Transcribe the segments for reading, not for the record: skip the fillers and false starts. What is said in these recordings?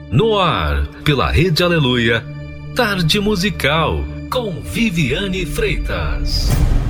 No ar, pela Rede Aleluia, Tarde Musical, com Viviane Freitas.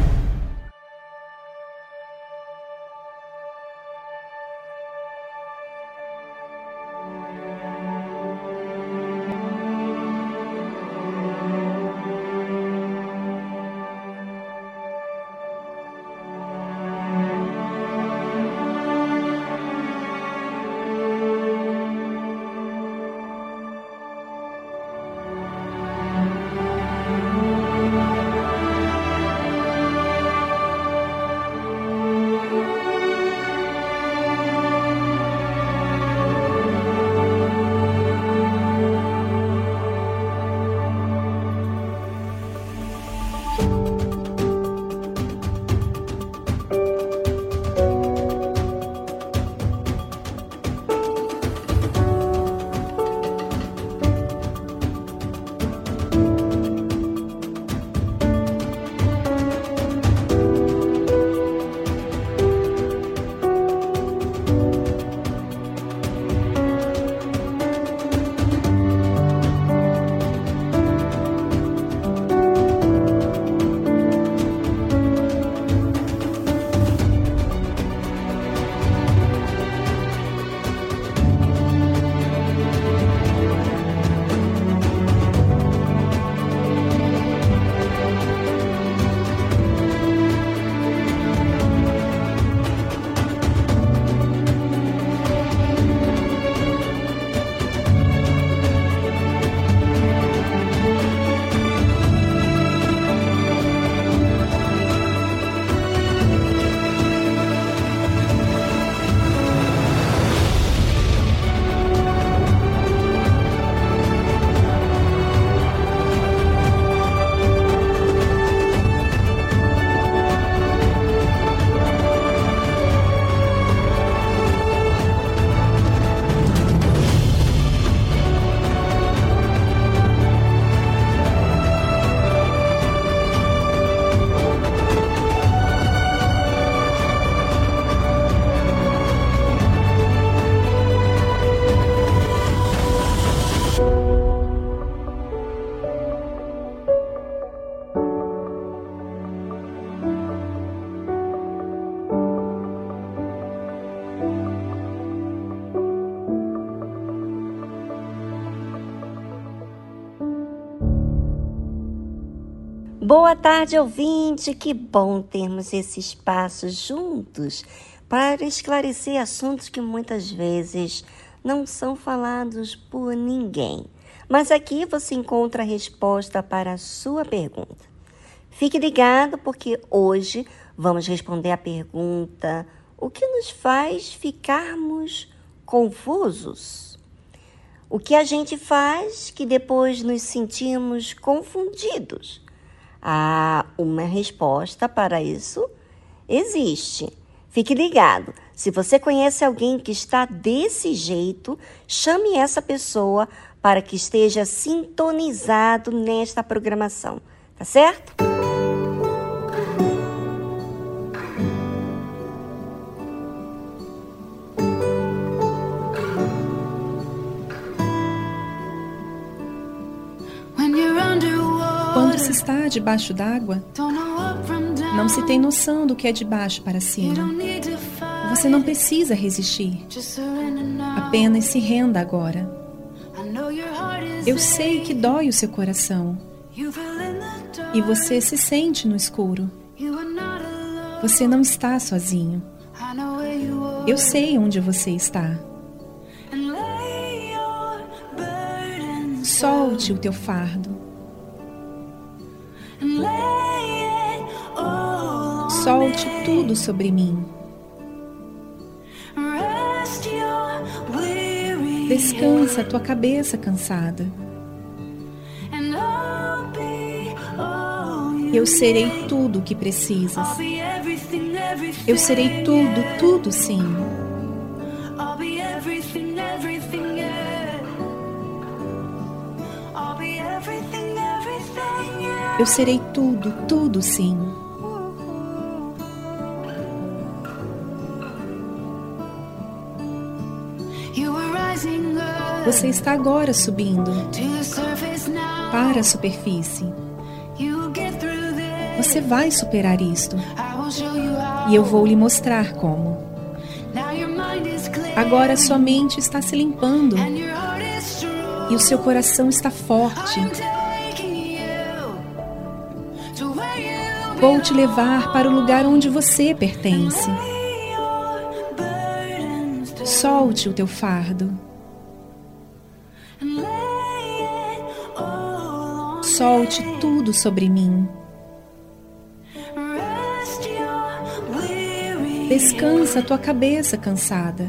Boa tarde, ouvinte! Que bom termos esse espaço juntos para esclarecer assuntos que muitas vezes não são falados por ninguém. Mas aqui você encontra a resposta para a sua pergunta. Fique ligado porque hoje vamos responder a pergunta: o que nos faz ficarmos confusos? O que a gente faz que depois nos sentimos confundidos? Uma resposta para isso existe. Fique ligado. Se você conhece alguém que está desse jeito, chame essa pessoa para que esteja sintonizado nesta programação. Tá certo? Quando se está debaixo d'água, não se tem noção do que é de baixo para cima. Você não precisa resistir. Apenas se renda agora. Eu sei que dói o seu coração. E você se sente no escuro. Você não está sozinho. Eu sei onde você está. Solte o teu fardo. Solte tudo sobre mim. Descansa a tua cabeça cansada. Eu serei tudo o que precisas. Eu serei tudo, tudo sim. Eu serei tudo, tudo sim. You were rising up. Você está agora subindo para a superfície. Você vai superar isto. E eu vou lhe mostrar como. Agora sua mente está se limpando. E o seu coração está forte. Vou te levar para o lugar onde você pertence. Solte o teu fardo. Solte tudo sobre mim. Descansa a tua cabeça cansada.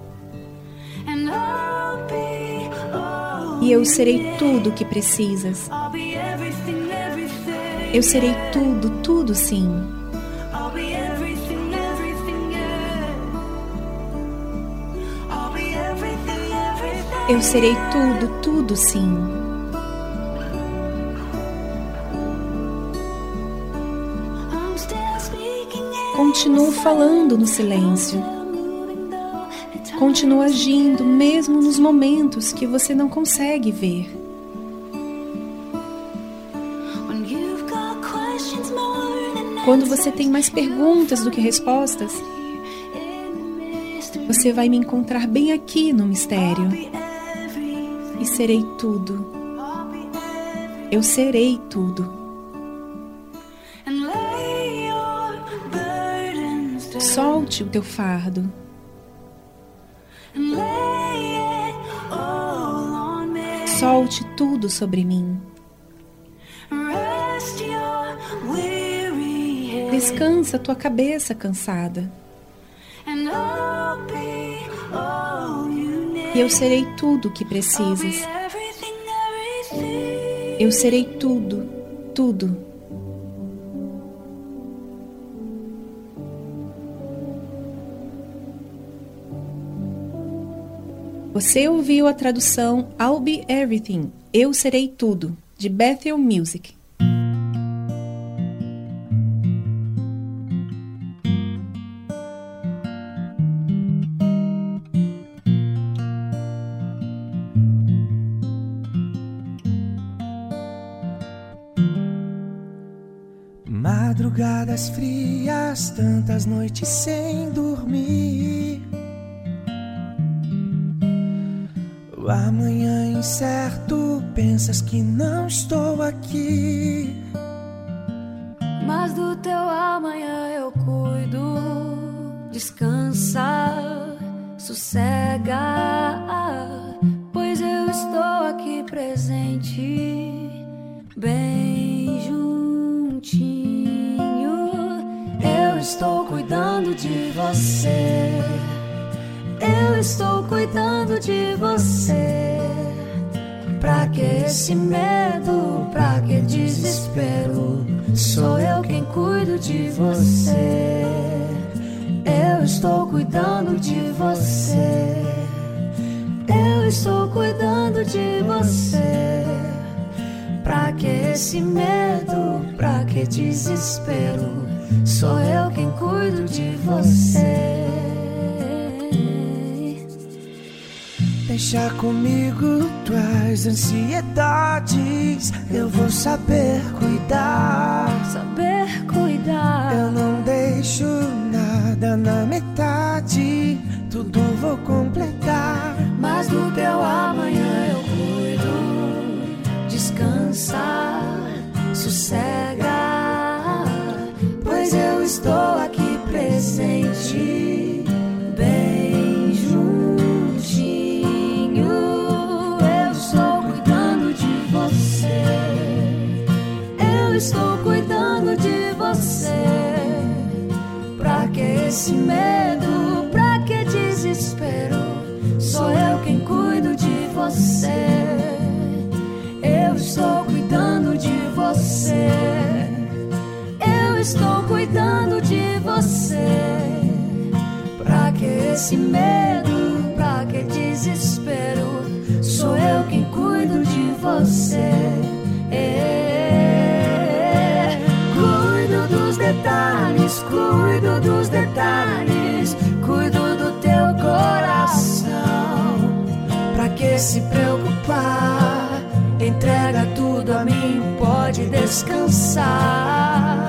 E eu serei tudo o que precisas. Eu serei tudo, tudo sim. Eu serei tudo, tudo sim. Continuo falando no silêncio. Continuo agindo mesmo nos momentos que você não consegue ver. Quando você tem mais perguntas do que respostas, você vai me encontrar bem aqui no mistério. E serei tudo. Eu serei tudo. Solte o teu fardo. Solte tudo sobre mim. Descansa a tua cabeça cansada. E eu serei tudo o que precisas. Eu serei tudo, tudo. Você ouviu a tradução I'll Be Everything, Eu Serei Tudo, de Bethel Music. Madrugadas frias, tantas noites sem dormir. O amanhã incerto, pensas que não estou aqui. Mas do teu amanhã eu cuido. Descansa, sossega, pois eu estou aqui presente, bem juntinho. Eu estou cuidando de você. Eu estou cuidando de você. Pra que esse medo, pra que desespero? Sou eu quem cuido de você. Eu estou cuidando de você. Eu estou cuidando de você. Pra que esse medo, pra que desespero? Sou eu quem cuido de você. Deixa comigo tuas ansiedades. Eu vou saber cuidar. Saber cuidar. Eu não deixo nada na metade. Tudo vou completar. Mas do teu amanhã eu cuido. Descansa, sossega, pois eu estou aqui presente, bem juntinho. Eu estou cuidando de você. Eu estou cuidando de você. Pra que esse medo? Pra que desespero? Sou eu quem cuido de você. Eu estou cuidando de você. Eu estou cuidando de você. Pra que esse medo? Pra que desespero? Sou eu quem cuido de você. Cuido dos detalhes, cuido dos detalhes, cuido do teu coração. Pra que que se preocupar? Entrega tudo a mim, pode descansar.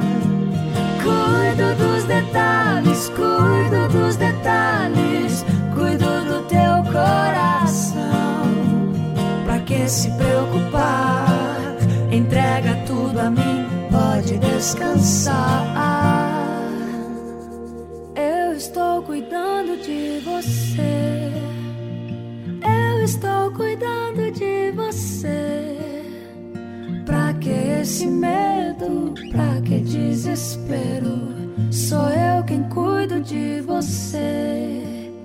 Cuido dos detalhes, cuido dos detalhes, cuido do teu coração. Pra que se preocupar? Entrega tudo a mim, pode descansar. Eu estou cuidando de você. Eu estou cuidando de você. Pra que esse medo? Pra que desespero? Sou eu quem cuido de você.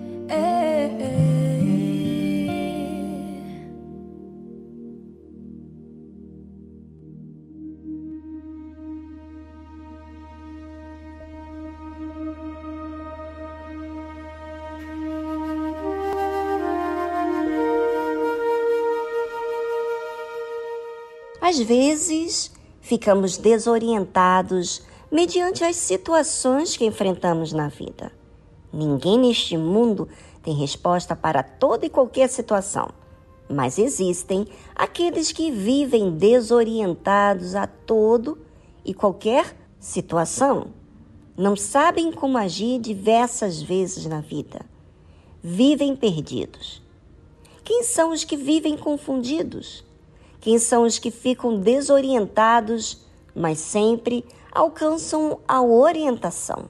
Às vezes, ficamos desorientados mediante as situações que enfrentamos na vida. Ninguém neste mundo tem resposta para toda e qualquer situação, mas existem aqueles que vivem desorientados a todo e qualquer situação. Não sabem como agir diversas vezes na vida. Vivem perdidos. Quem são os que vivem confundidos? Quem são os que ficam desorientados, mas sempre alcançam a orientação?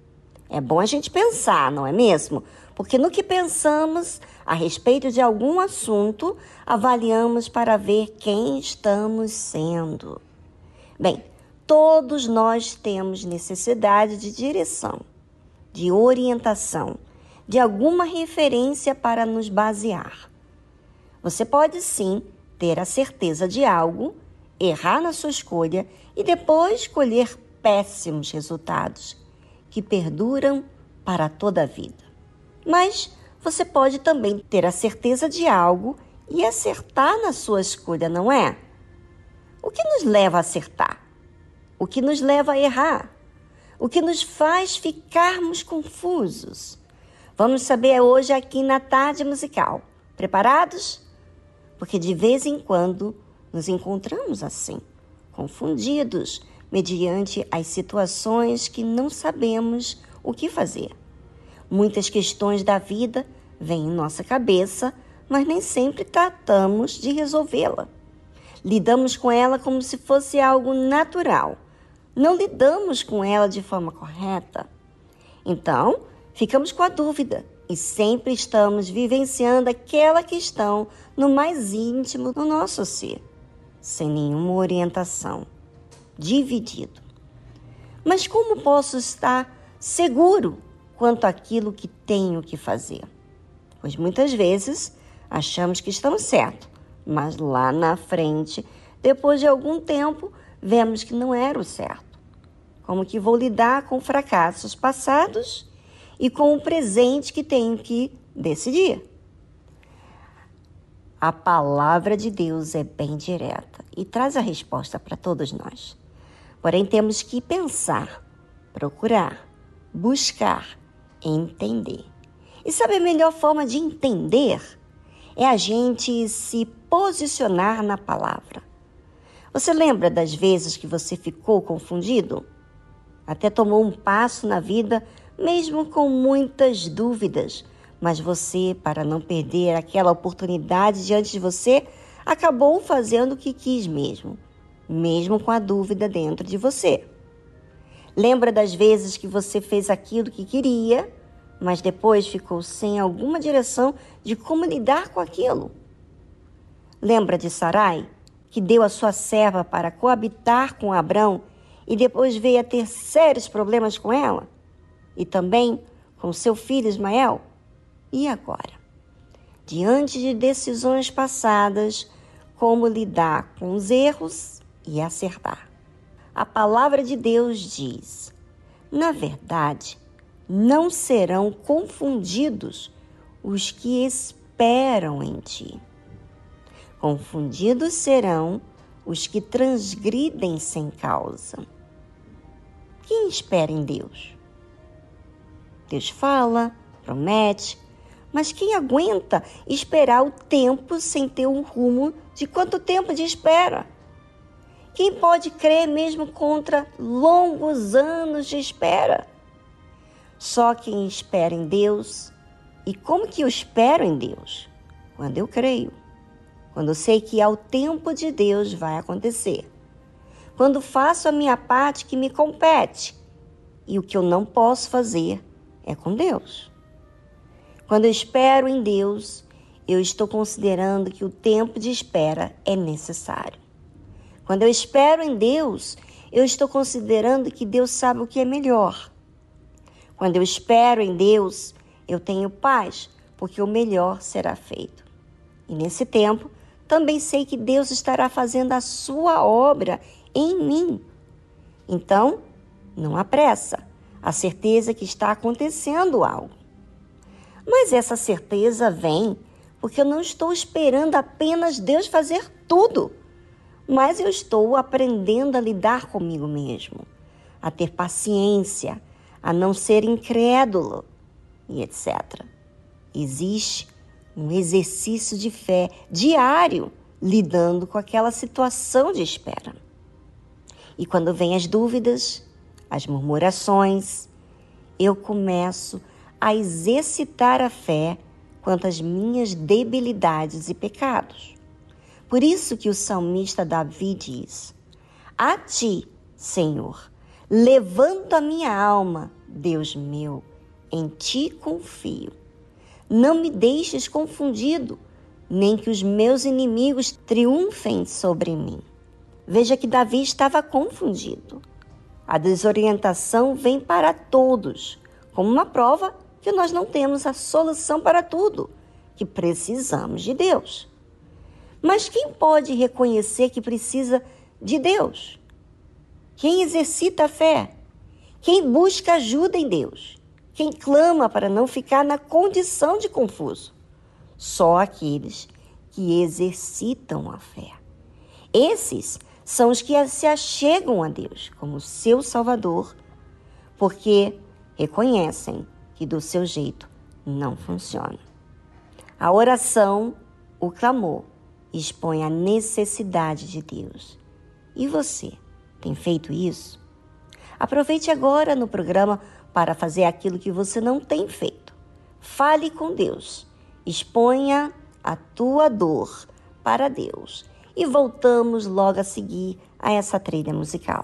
É bom a gente pensar, não é mesmo? Porque no que pensamos a respeito de algum assunto, avaliamos para ver quem estamos sendo. Bem, todos nós temos necessidade de direção, de orientação, de alguma referência para nos basear. Você pode sim ter a certeza de algo, errar na sua escolha e depois colher péssimos resultados que perduram para toda a vida. Mas você pode também ter a certeza de algo e acertar na sua escolha, não é? O que nos leva a acertar? O que nos leva a errar? O que nos faz ficarmos confusos? Vamos saber hoje aqui na Tarde Musical. Preparados? Porque de vez em quando nos encontramos assim, confundidos, mediante as situações que não sabemos o que fazer. Muitas questões da vida vêm em nossa cabeça, mas nem sempre tratamos de resolvê-la. Lidamos com ela como se fosse algo natural. Não lidamos com ela de forma correta. Então, ficamos com a dúvida e sempre estamos vivenciando aquela questão no mais íntimo do nosso ser, sem nenhuma orientação, dividido. Mas como posso estar seguro quanto àquilo que tenho que fazer? Pois muitas vezes achamos que estamos certos, mas lá na frente, depois de algum tempo, vemos que não era o certo. Como que vou lidar com fracassos passados e com o presente que tenho que decidir? A palavra de Deus é bem direta e traz a resposta para todos nós. Porém, temos que pensar, procurar, buscar, entender. E sabe a melhor forma de entender? É a gente se posicionar na palavra. Você lembra das vezes que você ficou confundido? Até tomou um passo na vida, mesmo com muitas dúvidas, mas você, para não perder aquela oportunidade diante de você, acabou fazendo o que quis mesmo com a dúvida dentro de você. Lembra das vezes que você fez aquilo que queria, mas depois ficou sem alguma direção de como lidar com aquilo? Lembra de Sarai, que deu a sua serva para coabitar com Abrão e depois veio a ter sérios problemas com ela? E também com seu filho Ismael? E agora? Diante de decisões passadas, como lidar com os erros e acertar? A palavra de Deus diz: na verdade, não serão confundidos os que esperam em ti. Confundidos serão os que transgridem sem causa. Quem espera em Deus? Deus fala, promete, Mas quem aguenta esperar o tempo sem ter um rumo de quanto tempo de espera? Quem pode crer mesmo contra longos anos de espera? Só quem espera em Deus. E como que eu espero em Deus? Quando eu creio. Quando eu sei que ao tempo de Deus vai acontecer. Quando faço a minha parte que me compete. E o que eu não posso fazer é com Deus. Quando eu espero em Deus, eu estou considerando que o tempo de espera é necessário. Quando eu espero em Deus, eu estou considerando que Deus sabe o que é melhor. Quando eu espero em Deus, eu tenho paz, porque o melhor será feito. E nesse tempo, também sei que Deus estará fazendo a sua obra em mim. Então, não há pressa, a certeza que está acontecendo algo. Mas essa certeza vem porque eu não estou esperando apenas Deus fazer tudo, mas eu estou aprendendo a lidar comigo mesmo, a ter paciência, a não ser incrédulo e etc. Existe um exercício de fé diário lidando com aquela situação de espera. E quando vêm as dúvidas, as murmurações, eu começo a exercitar a fé quanto às minhas debilidades e pecados. Por isso que o salmista Davi diz: a ti, Senhor, levanto a minha alma, Deus meu, em ti confio. Não me deixes confundido, nem que os meus inimigos triunfem sobre mim. Veja que Davi estava confundido. A desorientação vem para todos, como uma prova que nós não temos a solução para tudo, que precisamos de Deus. Mas quem pode reconhecer que precisa de Deus? Quem exercita a fé? Quem busca ajuda em Deus? Quem clama para não ficar na condição de confuso? Só aqueles que exercitam a fé. Esses são os que se achegam a Deus como seu Salvador, porque reconhecem que do seu jeito não funciona. A oração, o clamor, expõe a necessidade de Deus. E você, tem feito isso? Aproveite agora no programa para fazer aquilo que você não tem feito. Fale com Deus. Exponha a tua dor para Deus. E voltamos logo a seguir a essa trilha musical.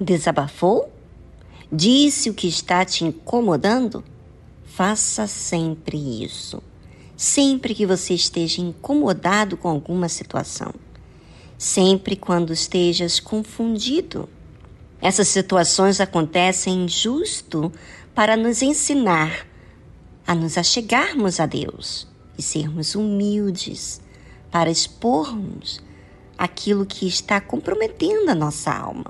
Desabafou? Disse o que está te incomodando? Faça sempre isso. Sempre que você esteja incomodado com alguma situação. Sempre quando estejas confundido. Essas situações acontecem justo para nos ensinar a nos achegarmos a Deus e sermos humildes para expormos aquilo que está comprometendo a nossa alma.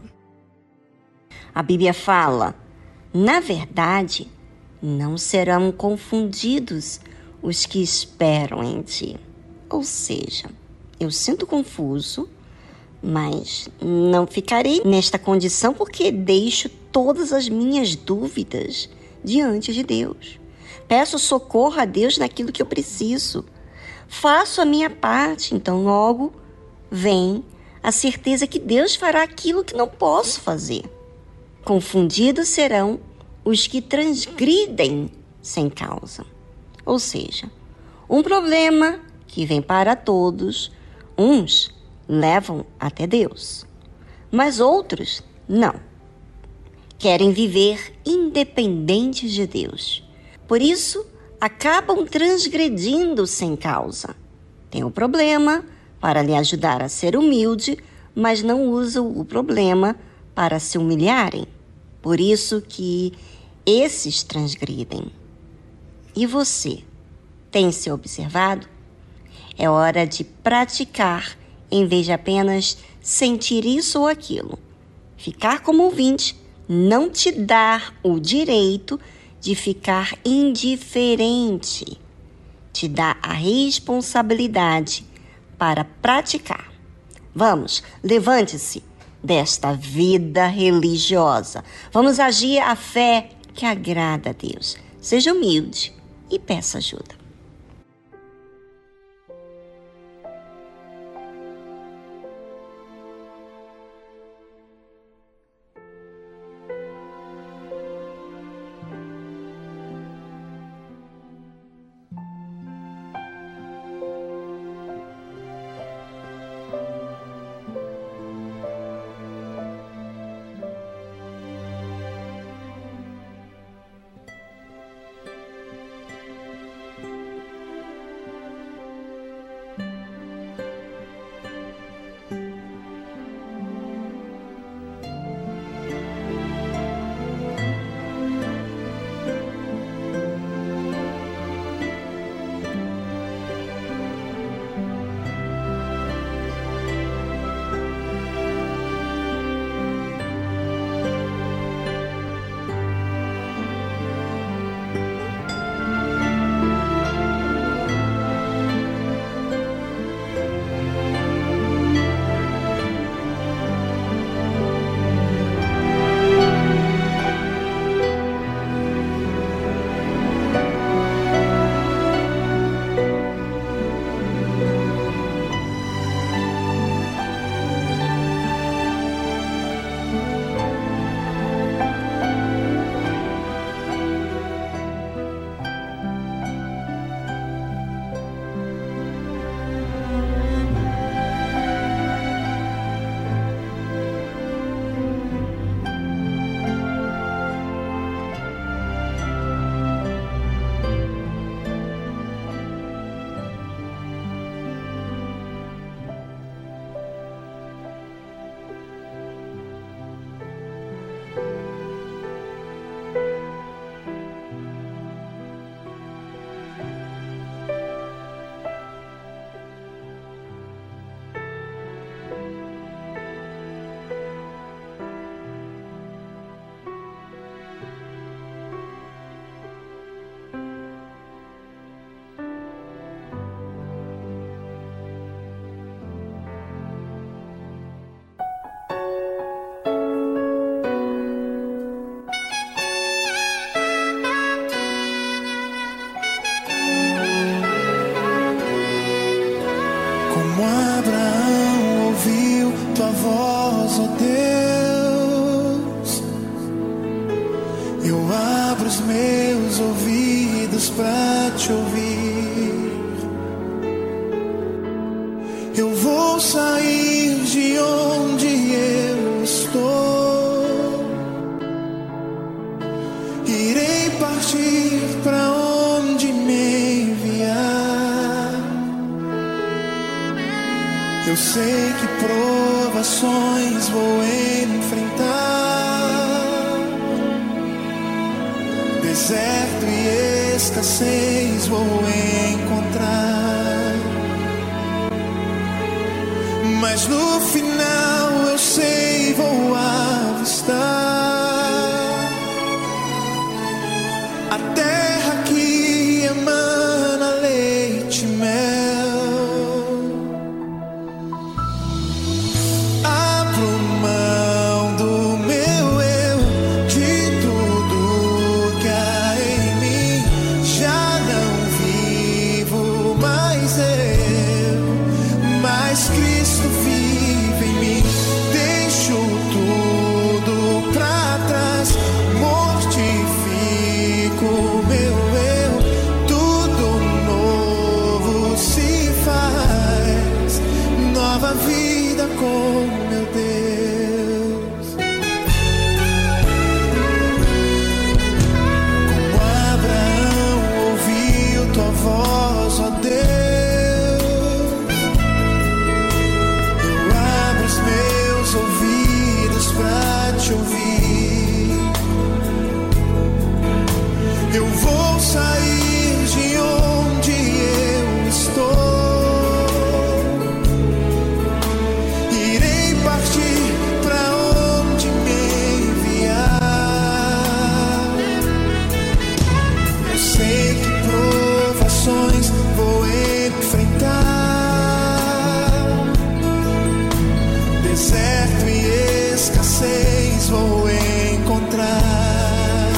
A Bíblia fala, na verdade, não serão confundidos os que esperam em ti. Ou seja, eu sinto confuso, mas não ficarei nesta condição porque deixo todas as minhas dúvidas diante de Deus. Peço socorro a Deus naquilo que eu preciso. Faço a minha parte, então logo vem a certeza que Deus fará aquilo que não posso fazer. Confundidos serão os que transgridem sem causa. Ou seja, um problema que vem para todos, uns levam até Deus, mas outros não. Querem viver independentes de Deus. Por isso, acabam transgredindo sem causa. Tem um problema para lhe ajudar a ser humilde, mas não usam o problema para se humilharem. Por isso que esses transgridem. E você, tem se observado? É hora de praticar, em vez de apenas sentir isso ou aquilo. Ficar como ouvinte não te dá o direito de ficar indiferente. Te dá a responsabilidade para praticar. Vamos, levante-se desta vida religiosa. Vamos agir a fé que agrada a Deus. Seja humilde e peça ajuda. Pra te ouvir, eu vou sair de onde eu estou Eu sei que provações vou enfrentar, deserto e escassez vou encontrar, mas no final eu sei vou avistar a terra que emana leite e mel. Abro mão do meu eu, de tudo que há em mim. Já não vivo mais eu, mas Cristo vive em mim. Deixo tudo pra trás, mortifico meu eu, tudo novo se faz, nova vida com meu Deus. Como Abraão ouviu tua voz, ó Deus, eu abro os meus ouvidos pra te ouvir. Eu vou sair de onde eu estou, irei partir pra onde me enviar. Eu sei que provações vou enfrentar, deserto e escassez vou encontrar,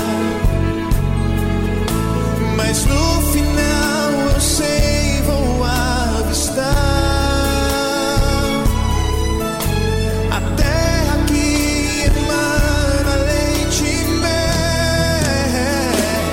mas no final eu sei vou avistar a terra que emana leite e mel.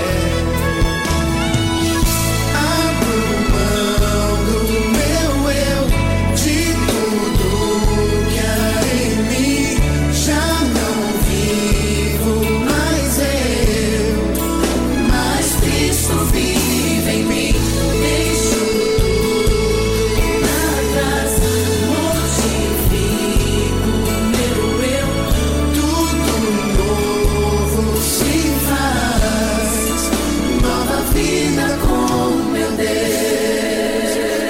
Abro mão do meu eu, de tudo que há em mim. Já não vivo mais eu, mas Cristo vive em mim. Deixo tudo pra trás, mortifico meu eu, tudo novo se faz, nova vida com meu Deus.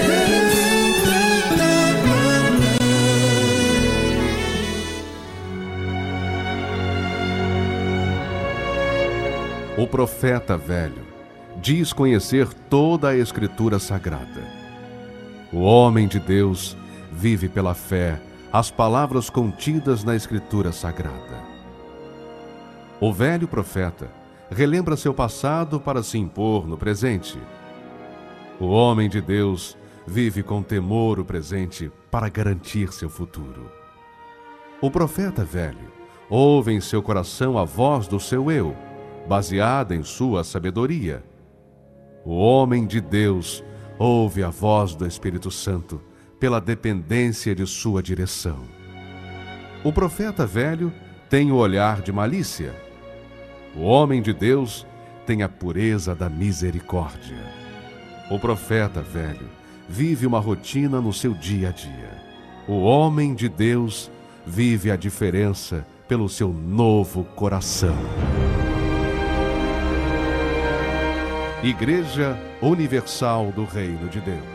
O profeta velho diz conhecer toda a Escritura Sagrada. O homem de Deus vive pela fé as palavras contidas na Escritura Sagrada. O velho profeta relembra seu passado para se impor no presente. O homem de Deus vive com temor o presente para garantir seu futuro. O profeta velho ouve em seu coração a voz do seu eu, baseada em sua sabedoria. O homem de Deus ouve a voz do Espírito Santo pela dependência de sua direção. O profeta velho tem o olhar de malícia. O homem de Deus tem a pureza da misericórdia. O profeta velho vive uma rotina no seu dia a dia. O homem de Deus vive a diferença pelo seu novo coração. Igreja Universal do Reino de Deus.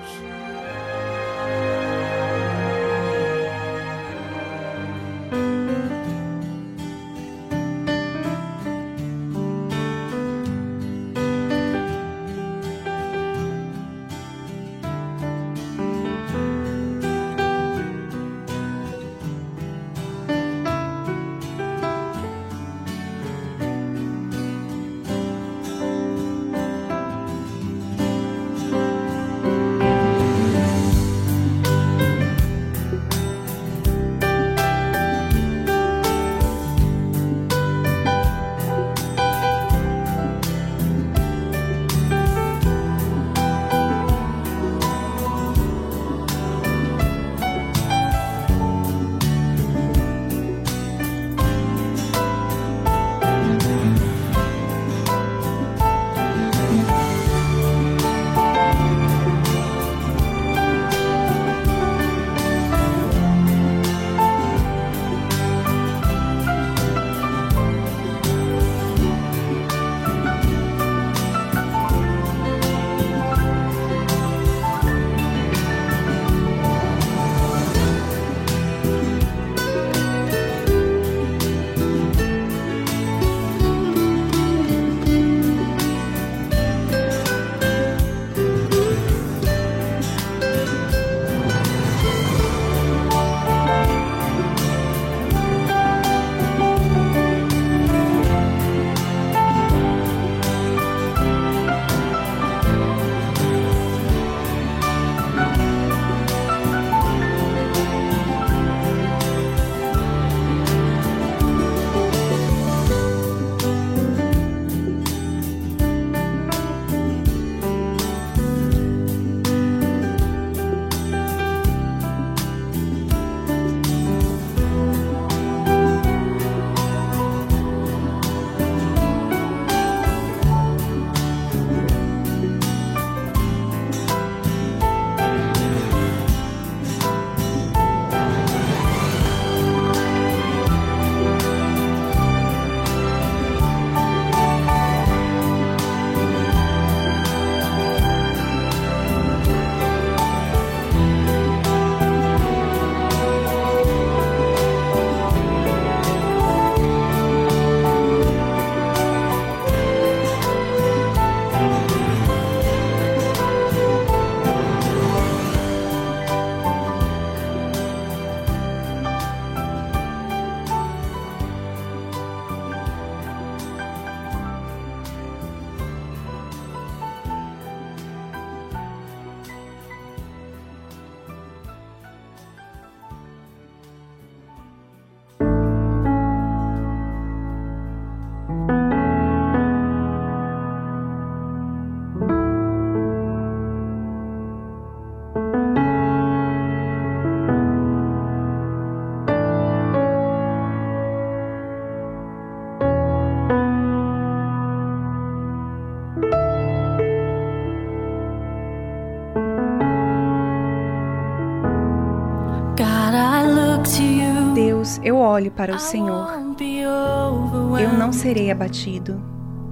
Deus, eu olho para o Senhor. Eu não serei abatido.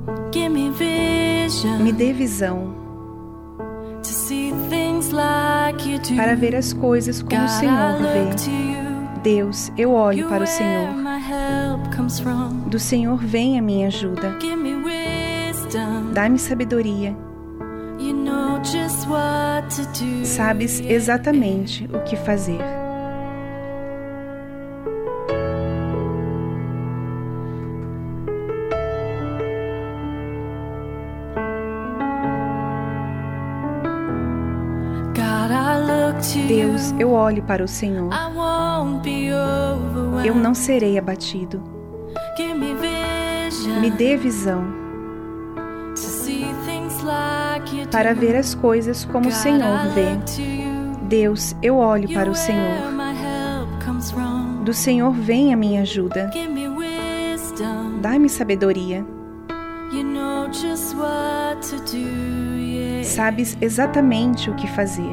Me dê visão para ver as coisas como o Senhor vê. Deus, eu olho para o Senhor. Do Senhor vem a minha ajuda. Dá-me sabedoria. Sabes exatamente o que fazer. Deus, eu olho para o Senhor. Eu não serei abatido. Me dê visão para ver as coisas como o Senhor vê. Deus, eu olho para o Senhor. Do Senhor vem a minha ajuda. Dá-me sabedoria. Sabes exatamente o que fazer.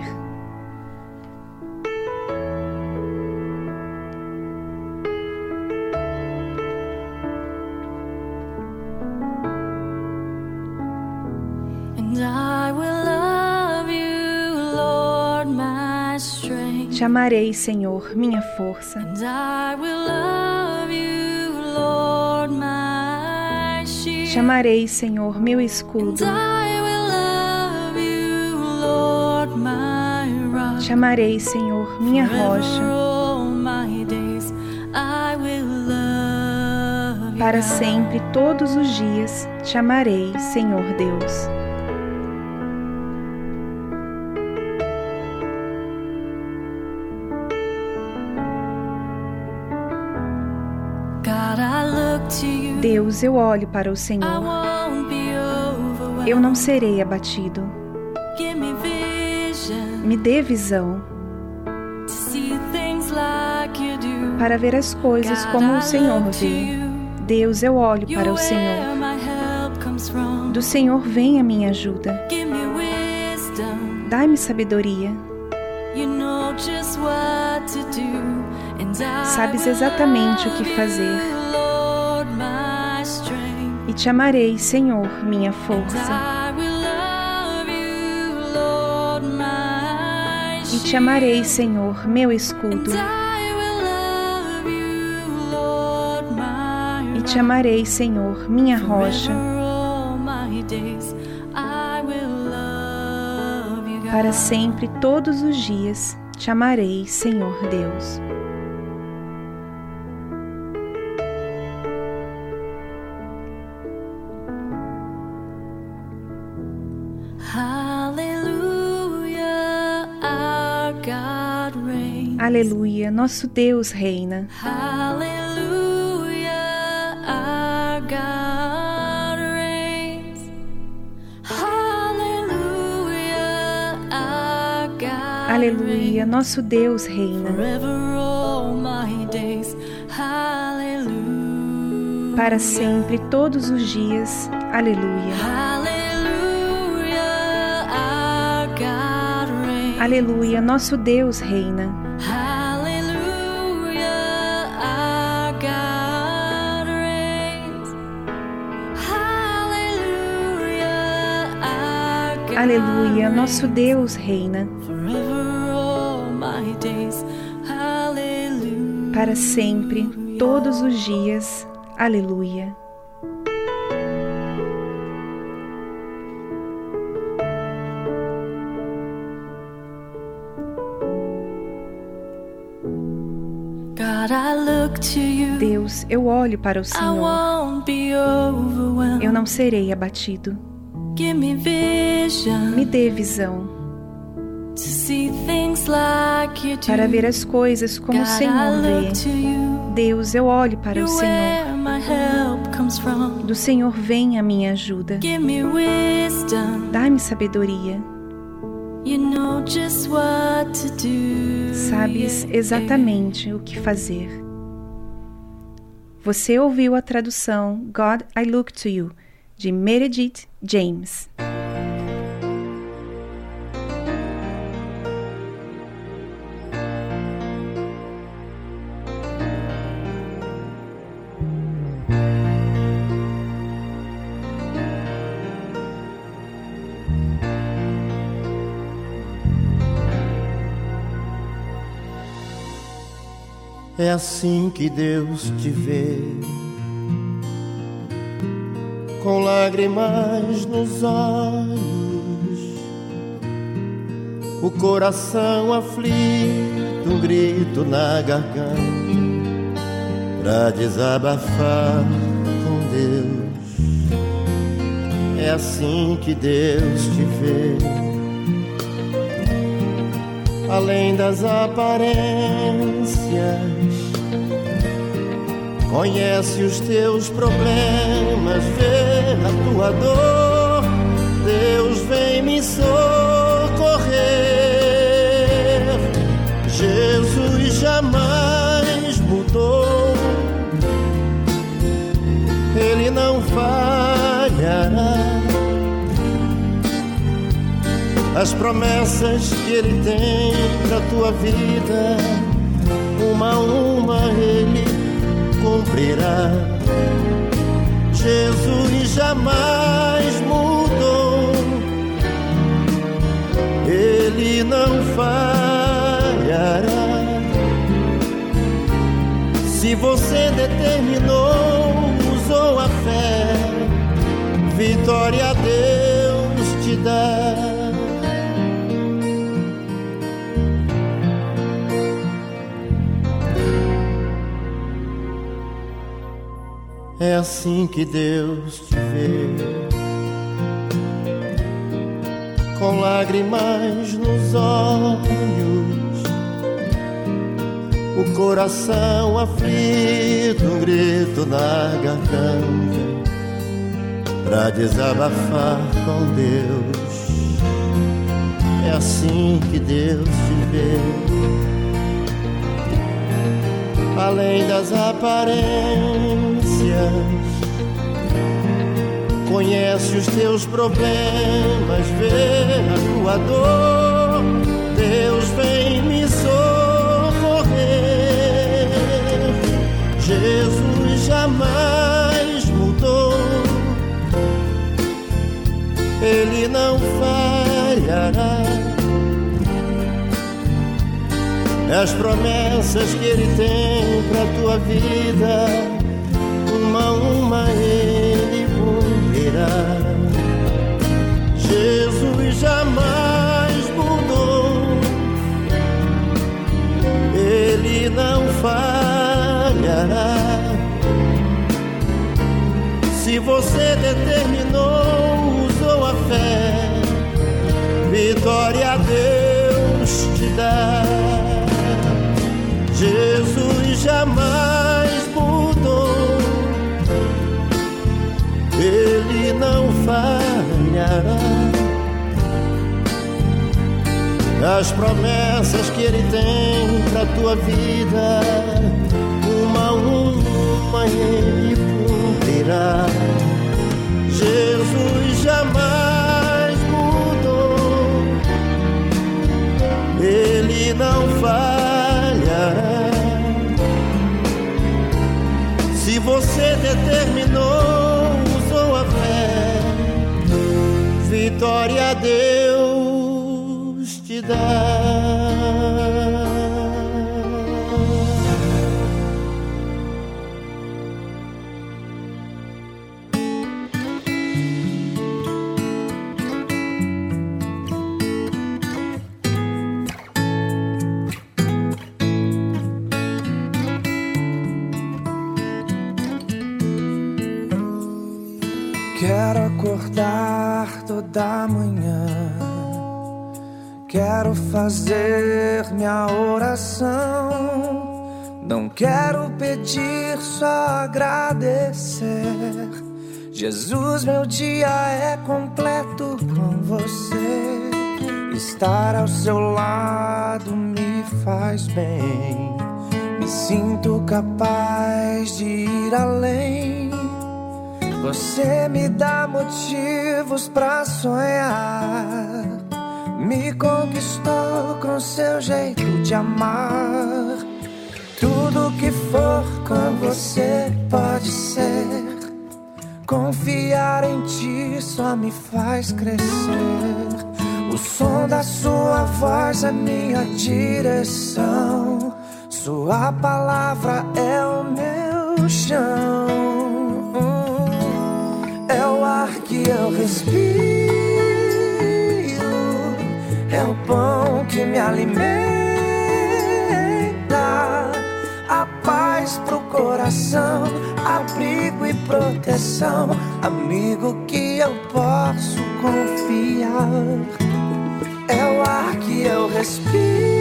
Te amarei, Senhor, minha força. Te amarei, Senhor, meu escudo. Te amarei, Senhor, minha rocha. Para sempre, todos os dias, te amarei, Senhor Deus. Deus, eu olho para o Senhor. Eu não serei abatido. Me dê visão para ver as coisas como o Senhor vê. Deus, eu olho para o Senhor. Do Senhor vem a minha ajuda. Dai-me sabedoria. Sabes exatamente o que fazer. E te amarei, Senhor, minha força. E te amarei, Senhor, meu escudo. E te amarei, Senhor, minha rocha. Para sempre, todos os dias, te amarei, Senhor Deus. Aleluia, nosso Deus reina. Aleluia, our God reigns. Aleluia, our God Aleluia, nosso Deus reina. forever all my days. Hallelujah. Para sempre, todos os dias. Aleluia. Hallelujah, our God reigns. Aleluia, nosso Deus reina. Hallelujah, our God reigns. Hallelujah, our God Aleluia, nosso Deus reina. forever all my days. Hallelujah. Para sempre, todos os dias. Aleluia. God, I look to you. Deus, eu olho para o I Senhor. won't be overwhelmed. Eu não serei abatido. Give me vision Me dê visão to see things like you do. para ver as coisas como o God, I Senhor look vê. to you. Deus, eu olho para o You're Senhor. where my help comes from. Do Senhor vem a minha ajuda. Give me wisdom. Dá-me sabedoria. You know just what to do. Sabes Yeah. exatamente o que fazer. Você ouviu a tradução God, I Look to You, de Meredith James. É assim que Deus te vê, com lágrimas nos olhos, o coração aflito, um grito na garganta, pra desabafar com Deus. É assim que Deus te vê, além das aparências, conhece os teus problemas, vê a tua dor. Deus vem me socorrer. Jesus jamais mudou, Ele não falhará. As promessas que Ele tem pra tua vida, uma a uma Ele cumprirá. Jesus jamais mudou, Ele não falhará. Se você determinou, usou a fé, vitória a Deus te dá. É assim que Deus te vê, com lágrimas nos olhos, o coração aflito, um grito na garganta, pra desabafar com Deus. É assim que Deus te vê, além das aparências, conhece os teus problemas, vê a tua dor. Deus vem me socorrer. Jesus jamais mudou, Ele não falhará. As promessas que Ele tem pra tua vida, uma a uma Ele cumprirá. Jesus jamais mudou, Ele não falhará. Se você determinou, usou a fé, vitória a Deus te dá. Jesus jamais mudou, Ele não falhará. As promessas que Ele tem pra tua vida, uma a uma Ele cumprirá. Jesus jamais mudou, Ele não falhará. Se você determinou, usou a fé, vitória a Deus te dá. Quero acordar toda manhã, quero fazer minha oração. Não quero pedir, só agradecer. Jesus, meu dia é completo com você. Estar ao seu lado me faz bem. Me sinto capaz de ir além. Você me dá motivos pra sonhar. Me conquistou com seu jeito de amar. Tudo que for com você pode ser. Confiar em ti só me faz crescer. O som da sua voz é minha direção. Sua palavra é o meu chão, é o ar que eu respiro, é o pão que me alimenta, a paz pro coração, abrigo e proteção, amigo que eu posso confiar. É o ar que eu respiro,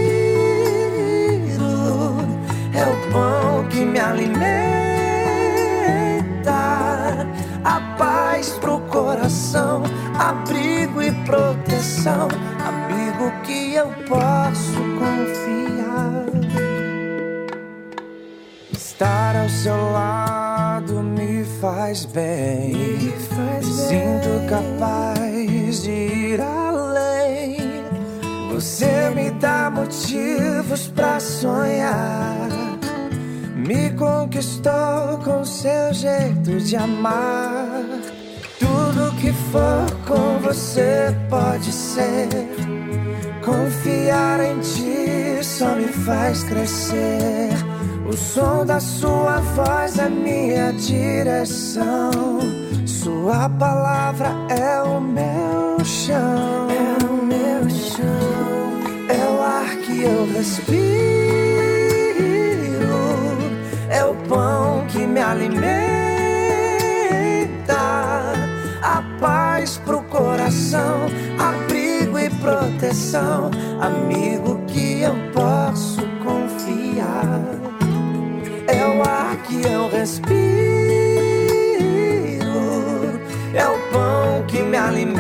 é o pão que me alimenta, a paz pro coração, abrigo e proteção, amigo que eu posso confiar. Estar ao seu lado me faz bem, me sinto capaz de ir além. Você me dá motivos pra sonhar, me conquistou com seu jeito de amar. Tudo que for com você pode ser, confiar em ti só me faz crescer. O som da sua voz é minha direção, sua palavra é o meu chão, é o meu chão, é o ar que eu respiro, é o pão que me alimenta, a paz pro coração, abrigo e proteção, amigo que eu posso confiar. É o ar que eu respiro, é o pão que me alimenta,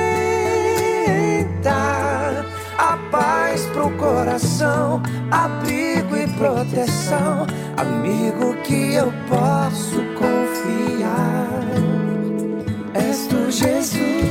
a paz pro coração, abrigo e proteção, amigo que eu posso confiar. És tu, Jesus.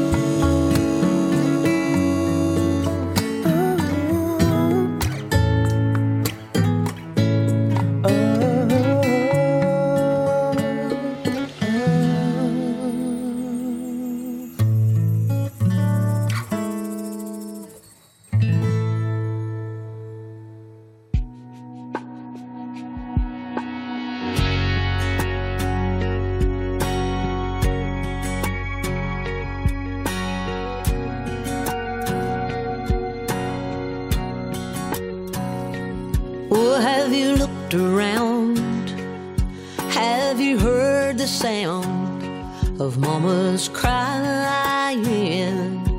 Have you looked around? Have you heard the sound of mama's crying?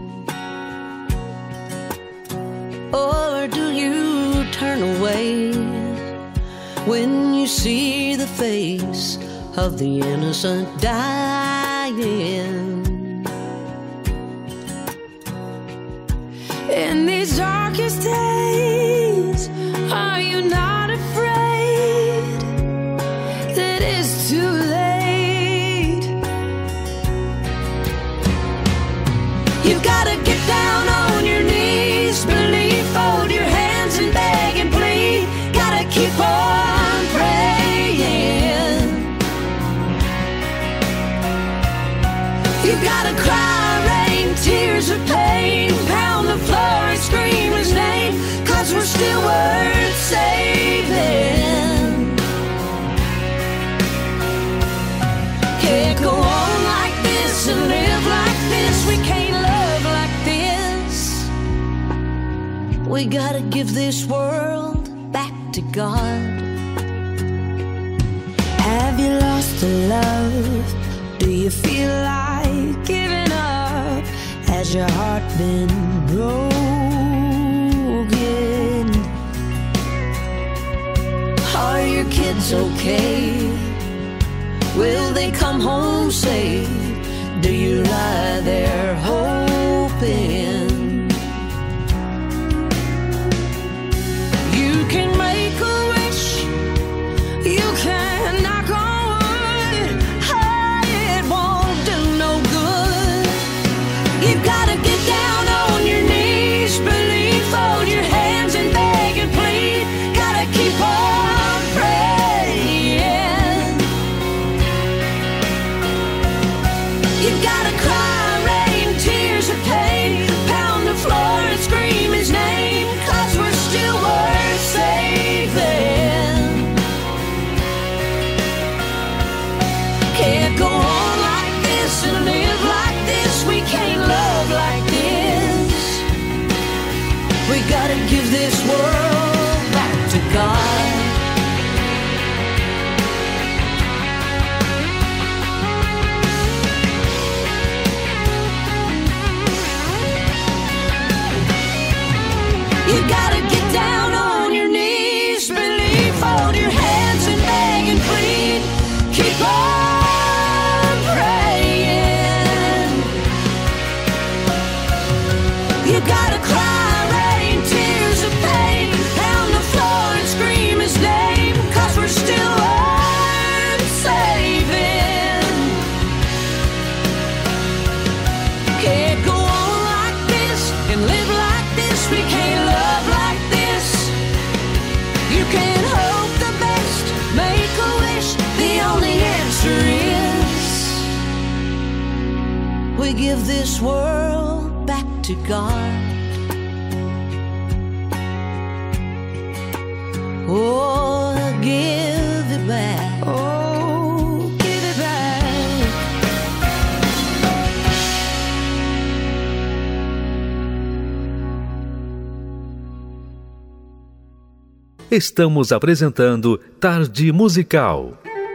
Or do you turn away when you see the face of the innocent dying? In these darkest days, are you not afraid that it's too late? You've got to get down on your knees, believe, fold your hands and beg and plead. Gotta keep on praying. You've got to cry, rain, tears of pain, pound the floor and scream his name, 'cause we're still worth saving. Can't go on like this and live like this. We can't love like this. We gotta give this world back to God. Have you lost the love? Do you feel like giving up? Has your heart been broken? Are your kids okay? Will they come home safe? Do you lie there hoping? You can make a wish, you can knock on wood, it won't do no good. You've gotta get down on your knees, believe, fold your hands and beg and plead. Gotta keep on praying. You've gotta cry, rain, We gotta give this world back to God. You gotta get down on your knees, believe, fold your hands and beg and plead. Keep on praying. You gotta cry rain, tears of pain, pound the floor and scream his name, 'cause we're still worth saving. Can't go on like this and live like this. We can't love like this. You can't hope the best, make a wish. The only answer is we give this world back to God. Oh, give it back. Oh, give it back. Estamos apresentando Tarde Musical.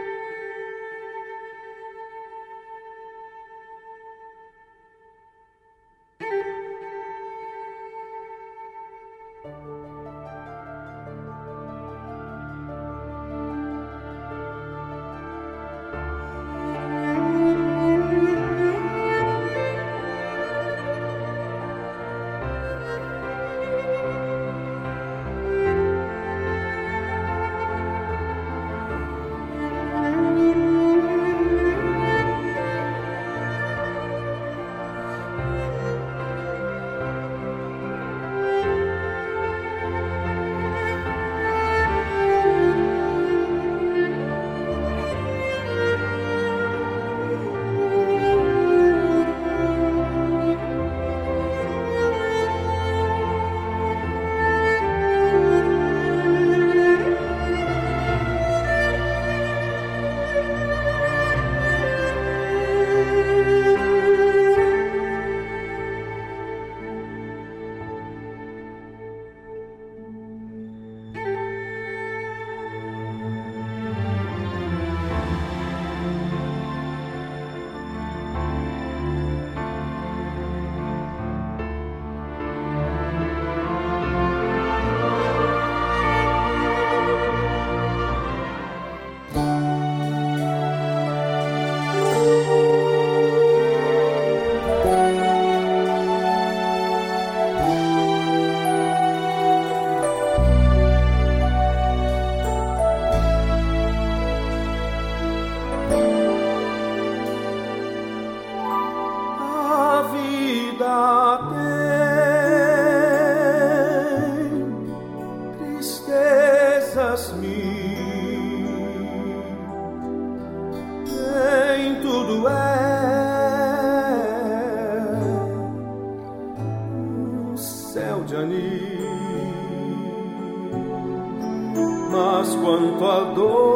Mas quanto a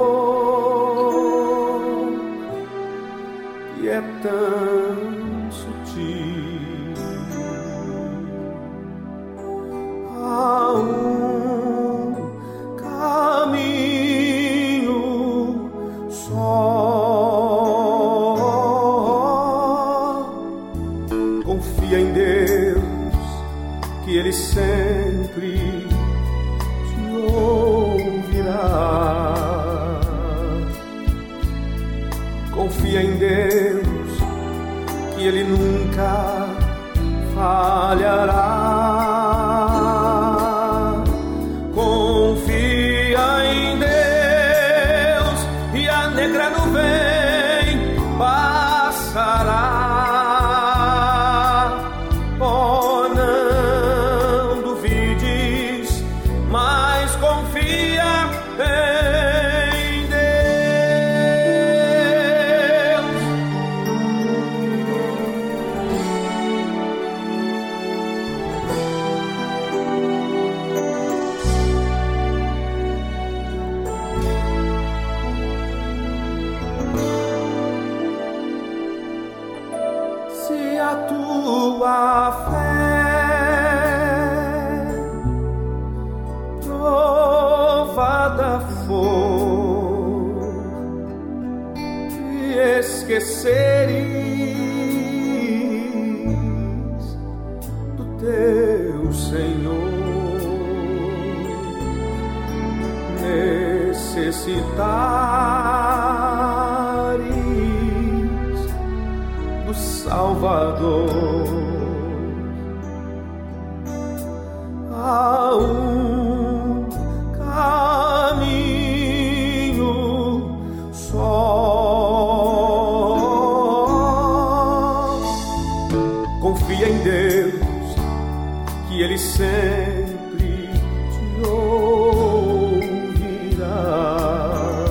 dor, que é tão sutil, há um caminho só. Confia em Deus, que Ele sempre confia em Deus, que Ele nunca falhará. Confia em Deus e a negra nuvem passará. Oh, não duvides, mas confia em necessitares do Salvador. Há um caminho só. Confia em Deus, que Ele sempre te ouvirá.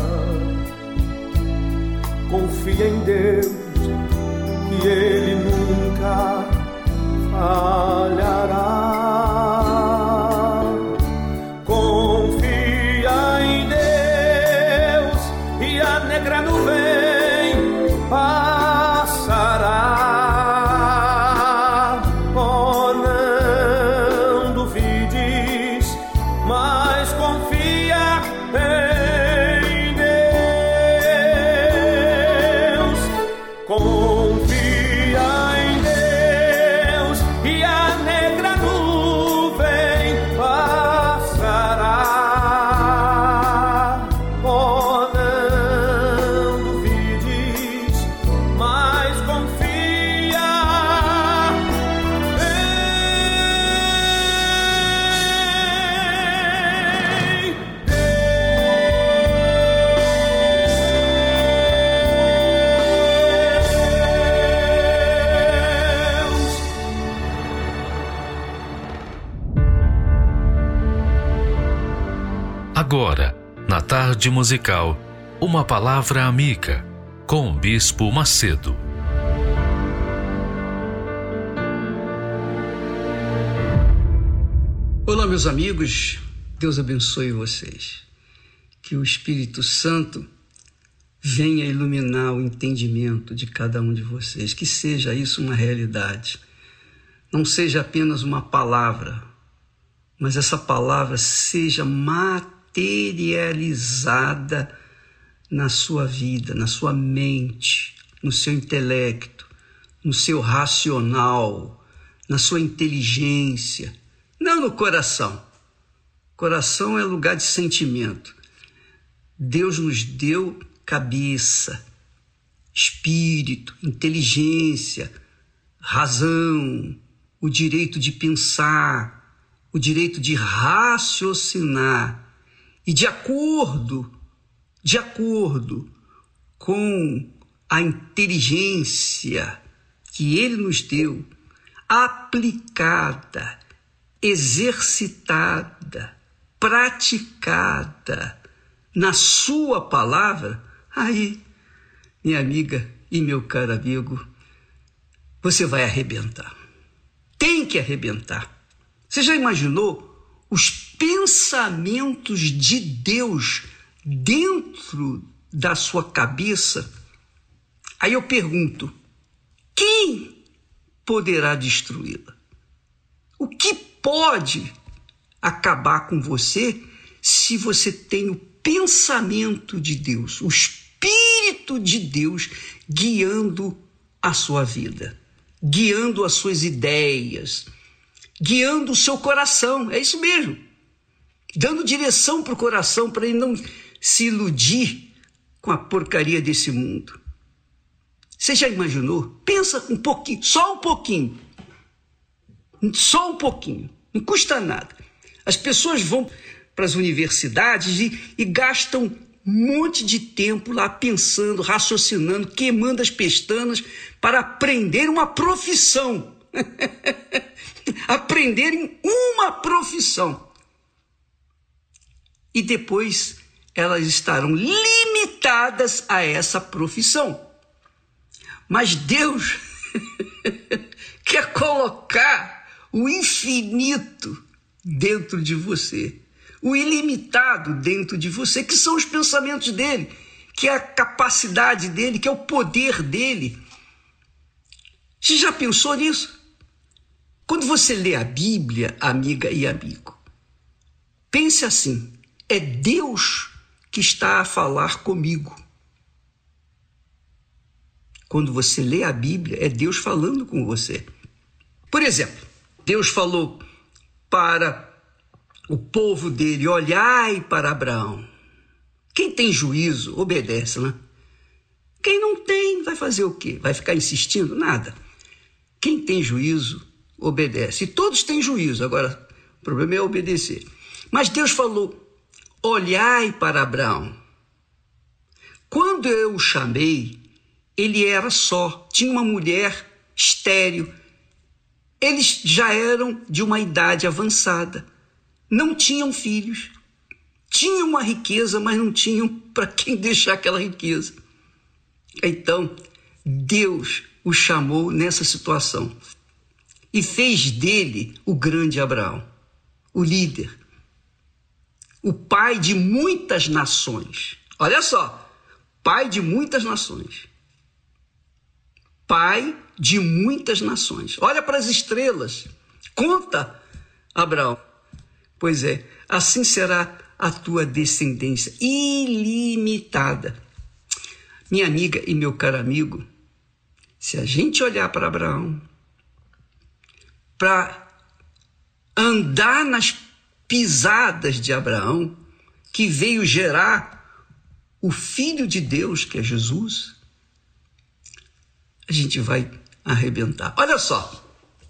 Confia em Deus, que Ele nunca falhará. Confia em Deus e a negra nuvem passará. Oh, não duvides, mas confia em Deus. Confia em Deus e a negra nuvem passará. Oh, não duvides, mas confia em Deus. Agora, na tarde musical, uma palavra amiga, com o Bispo Macedo. Olá, meus amigos, Deus abençoe vocês. Que o Espírito Santo venha iluminar o entendimento de cada um de vocês, que seja isso uma realidade. Não seja apenas uma palavra, mas essa palavra seja materializada na sua vida, na sua mente, no seu intelecto, no seu racional, na sua inteligência, não no coração. Coração é lugar de sentimento. Deus nos deu cabeça, espírito, inteligência, razão, o direito de pensar, o direito de raciocinar. E de acordo com a inteligência que Ele nos deu, aplicada, exercitada, praticada na sua palavra, aí, minha amiga e meu caro amigo, você vai arrebentar. Tem que arrebentar. Você já imaginou os pensamentos de Deus dentro da sua cabeça? Aí eu pergunto, quem poderá destruí-la? O que pode acabar com você se você tem o pensamento de Deus, o Espírito de Deus guiando a sua vida, guiando as suas ideias, guiando o seu coração? É isso mesmo, dando direção para o coração, para ele não se iludir com a porcaria desse mundo. Você já imaginou? Pensa um pouquinho, só um pouquinho, não custa nada. As pessoas vão para as universidades e gastam um monte de tempo lá pensando, raciocinando, queimando as pestanas para aprender uma profissão. Aprenderem uma profissão. E depois elas estarão limitadas a essa profissão. Mas Deus quer colocar o infinito dentro de você, o ilimitado dentro de você, que são os pensamentos dele, que é a capacidade dele, que é o poder dele. Você já pensou nisso? Quando você lê a Bíblia, amiga e amigo, pense assim, é Deus que está a falar comigo. Quando você lê a Bíblia, é Deus falando com você. Por exemplo, Deus falou para o povo dele: olhai para Abraão. Quem tem juízo, obedece, né? Quem não tem, vai fazer o quê? Vai ficar insistindo? Nada. Quem tem juízo, obedece. E todos têm juízo, agora o problema é obedecer. Mas Deus falou, olhai para Abraão. Quando eu o chamei, ele era só, tinha uma mulher estéril. Eles já eram de uma idade avançada, não tinham filhos, tinham uma riqueza, mas não tinham para quem deixar aquela riqueza. Então, Deus o chamou nessa situação e fez dele o grande Abraão, o líder, o pai de muitas nações. Olha só, pai de muitas nações. Pai de muitas nações. Olha para as estrelas. Conta, Abraão. Pois é, assim será a tua descendência ilimitada. Minha amiga e meu caro amigo, se a gente olhar para Abraão, para andar nas pisadas de Abraão, que veio gerar o Filho de Deus, que é Jesus, a gente vai arrebentar. Olha só,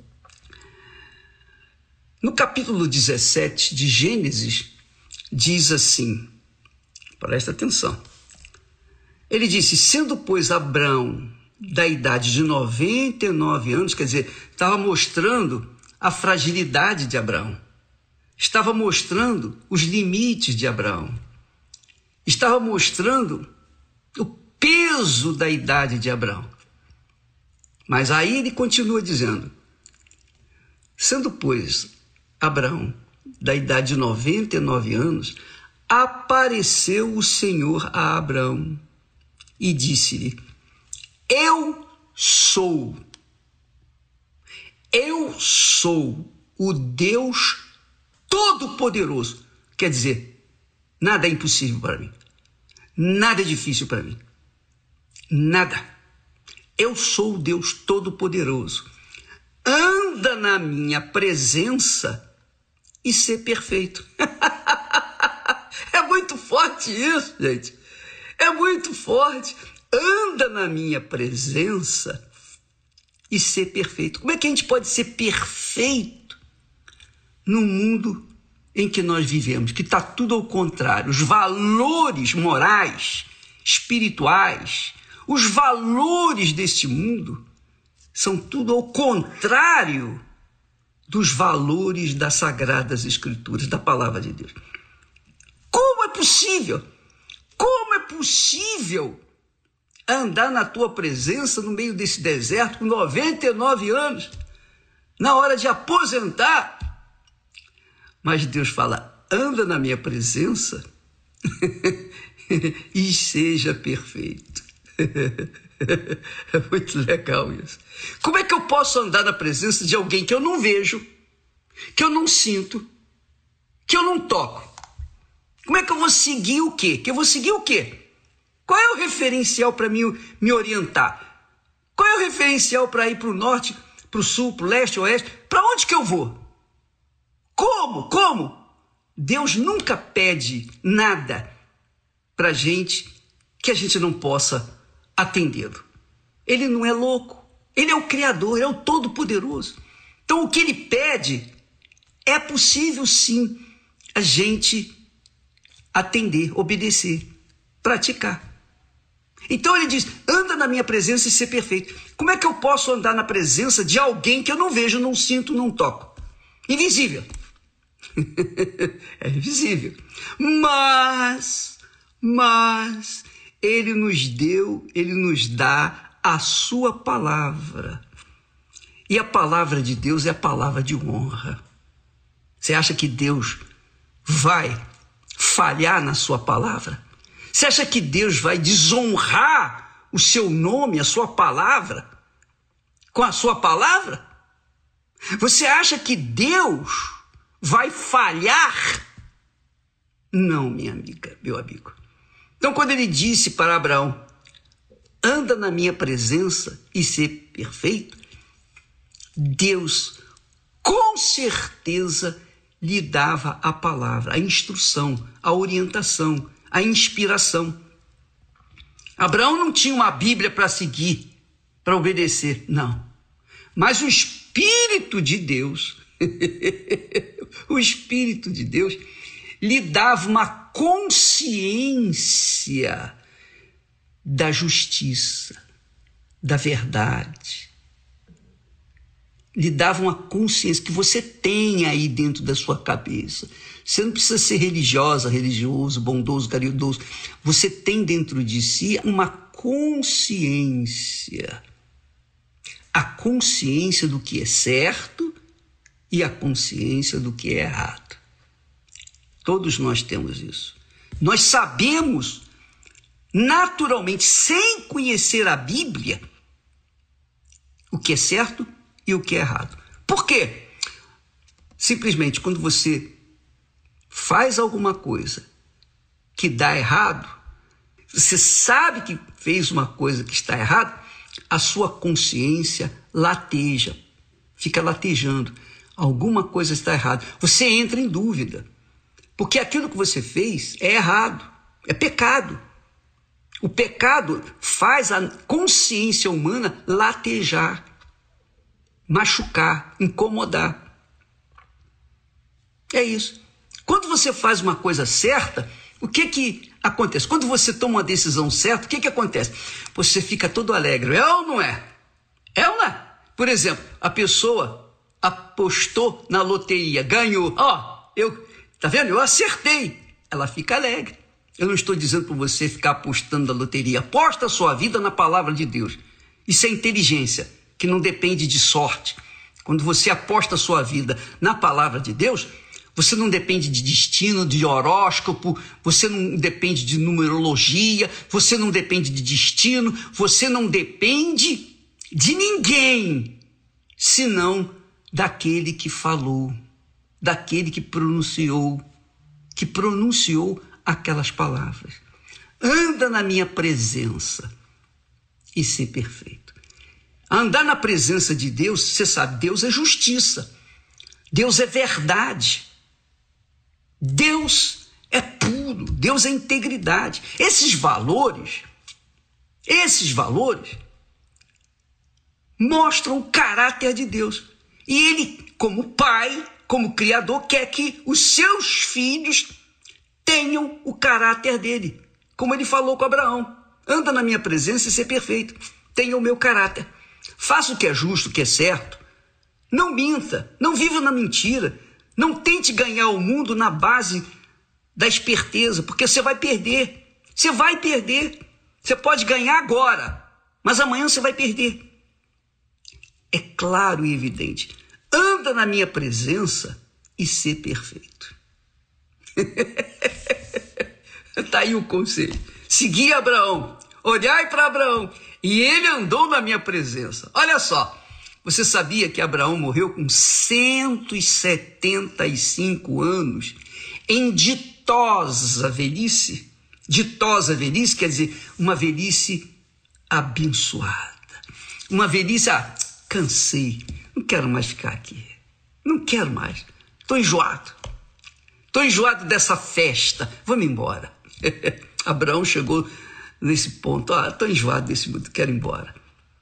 no capítulo 17 de Gênesis, diz assim, presta atenção, ele disse, sendo, pois, Abraão da idade de 99 anos, quer dizer, estava mostrando a fragilidade de Abraão, estava mostrando os limites de Abraão, estava mostrando o peso da idade de Abraão. Mas aí ele continua dizendo, sendo, pois, Abraão da idade de 99 anos, apareceu o Senhor a Abraão e disse-lhe, eu sou o Deus Todo-Poderoso. Quer dizer, nada é impossível para mim, nada é difícil para mim, nada. Eu sou o Deus Todo-Poderoso. Anda na minha presença e ser perfeito. É muito forte isso, gente. É muito forte. Anda na minha presença e ser perfeito. Como é que a gente pode ser perfeito no mundo em que nós vivemos, que está tudo ao contrário? Os valores morais, espirituais, os valores deste mundo são tudo ao contrário dos valores das Sagradas Escrituras, da Palavra de Deus. Como é possível? Como é possível andar na tua presença no meio desse deserto com 99 anos, na hora de aposentar? Mas Deus fala, anda na minha presença e seja perfeito. É muito legal isso. Como é que eu posso andar na presença de alguém que eu não vejo, que eu não sinto, que eu não toco? Como é que eu vou seguir o quê? Que eu vou seguir o quê? Qual é o referencial para me orientar? Qual é o referencial para ir para o norte, para o sul, para o leste, oeste? Para onde que eu vou? Como? Deus nunca pede nada para gente que a gente não possa atendê-lo. Ele não é louco, ele é o Criador, é o Todo-Poderoso. Então o que ele pede é possível sim a gente atender, obedecer, praticar. Então ele diz, anda na minha presença e ser perfeito. Como é que eu posso andar na presença de alguém que eu não vejo, não sinto, não toco? Invisível. É invisível. Mas ele nos dá a sua palavra. E a palavra de Deus é a palavra de honra. Você acha que Deus vai falhar na sua palavra? Você acha que Deus vai desonrar o seu nome, a sua palavra, com a sua palavra? Você acha que Deus vai falhar? Não, minha amiga, meu amigo. Então, quando ele disse para Abraão, anda na minha presença e ser perfeito, Deus, com certeza, lhe dava a palavra, a instrução, a orientação, a inspiração. Abraão não tinha uma Bíblia para seguir, para obedecer, não. Mas o Espírito de Deus, o Espírito de Deus lhe dava uma consciência da justiça, da verdade. Lhe dava uma consciência que você tem aí dentro da sua cabeça. Você não precisa ser religioso, bondoso, caridoso. Você tem dentro de si uma consciência. A consciência do que é certo e a consciência do que é errado. Todos nós temos isso. Nós sabemos, naturalmente, sem conhecer a Bíblia, o que é certo e o que é errado. Por quê? Simplesmente, quando você faz alguma coisa que dá errado, você sabe que fez uma coisa que está errada, a sua consciência lateja, fica latejando. Alguma coisa está errada. Você entra em dúvida, porque aquilo que você fez é errado, é pecado. O pecado faz a consciência humana latejar, machucar, incomodar. É isso. Quando você faz uma coisa certa, o que acontece? Quando você toma uma decisão certa, o que acontece? Você fica todo alegre. É ou não é? É ou não é? Por exemplo, a pessoa apostou na loteria, ganhou. Tá vendo? Eu acertei. Ela fica alegre. Eu não estou dizendo para você ficar apostando na loteria. Aposta a sua vida na palavra de Deus. Isso é inteligência, que não depende de sorte. Quando você aposta a sua vida na palavra de Deus, você não depende de destino, de horóscopo, você não depende de numerologia, você não depende de destino, você não depende de ninguém, senão daquele que falou, daquele que pronunciou aquelas palavras. Anda na minha presença e ser perfeito. Andar na presença de Deus, você sabe, Deus é justiça, Deus é verdade, Deus é puro, Deus é integridade. Esses valores mostram o caráter de Deus. E Ele, como Pai, como Criador, quer que os seus filhos tenham o caráter dele. Como Ele falou com Abraão: anda na minha presença e ser perfeito. Tenha o meu caráter. Faça o que é justo, o que é certo. Não minta, não viva na mentira. Não tente ganhar o mundo na base da esperteza, porque você vai perder. Você vai perder. Você pode ganhar agora, mas amanhã você vai perder. É claro e evidente. Anda na minha presença e ser perfeito. Está aí o conselho. Segui Abraão, olhai para Abraão, e ele andou na minha presença. Olha só. Você sabia que Abraão morreu com 175 anos em ditosa velhice? Ditosa velhice quer dizer uma velhice abençoada. Uma velhice, cansei, não quero mais ficar aqui. Não quero mais. Estou enjoado. Estou enjoado dessa festa. Vamos embora. Abraão chegou nesse ponto. Estou enjoado desse mundo, quero ir embora.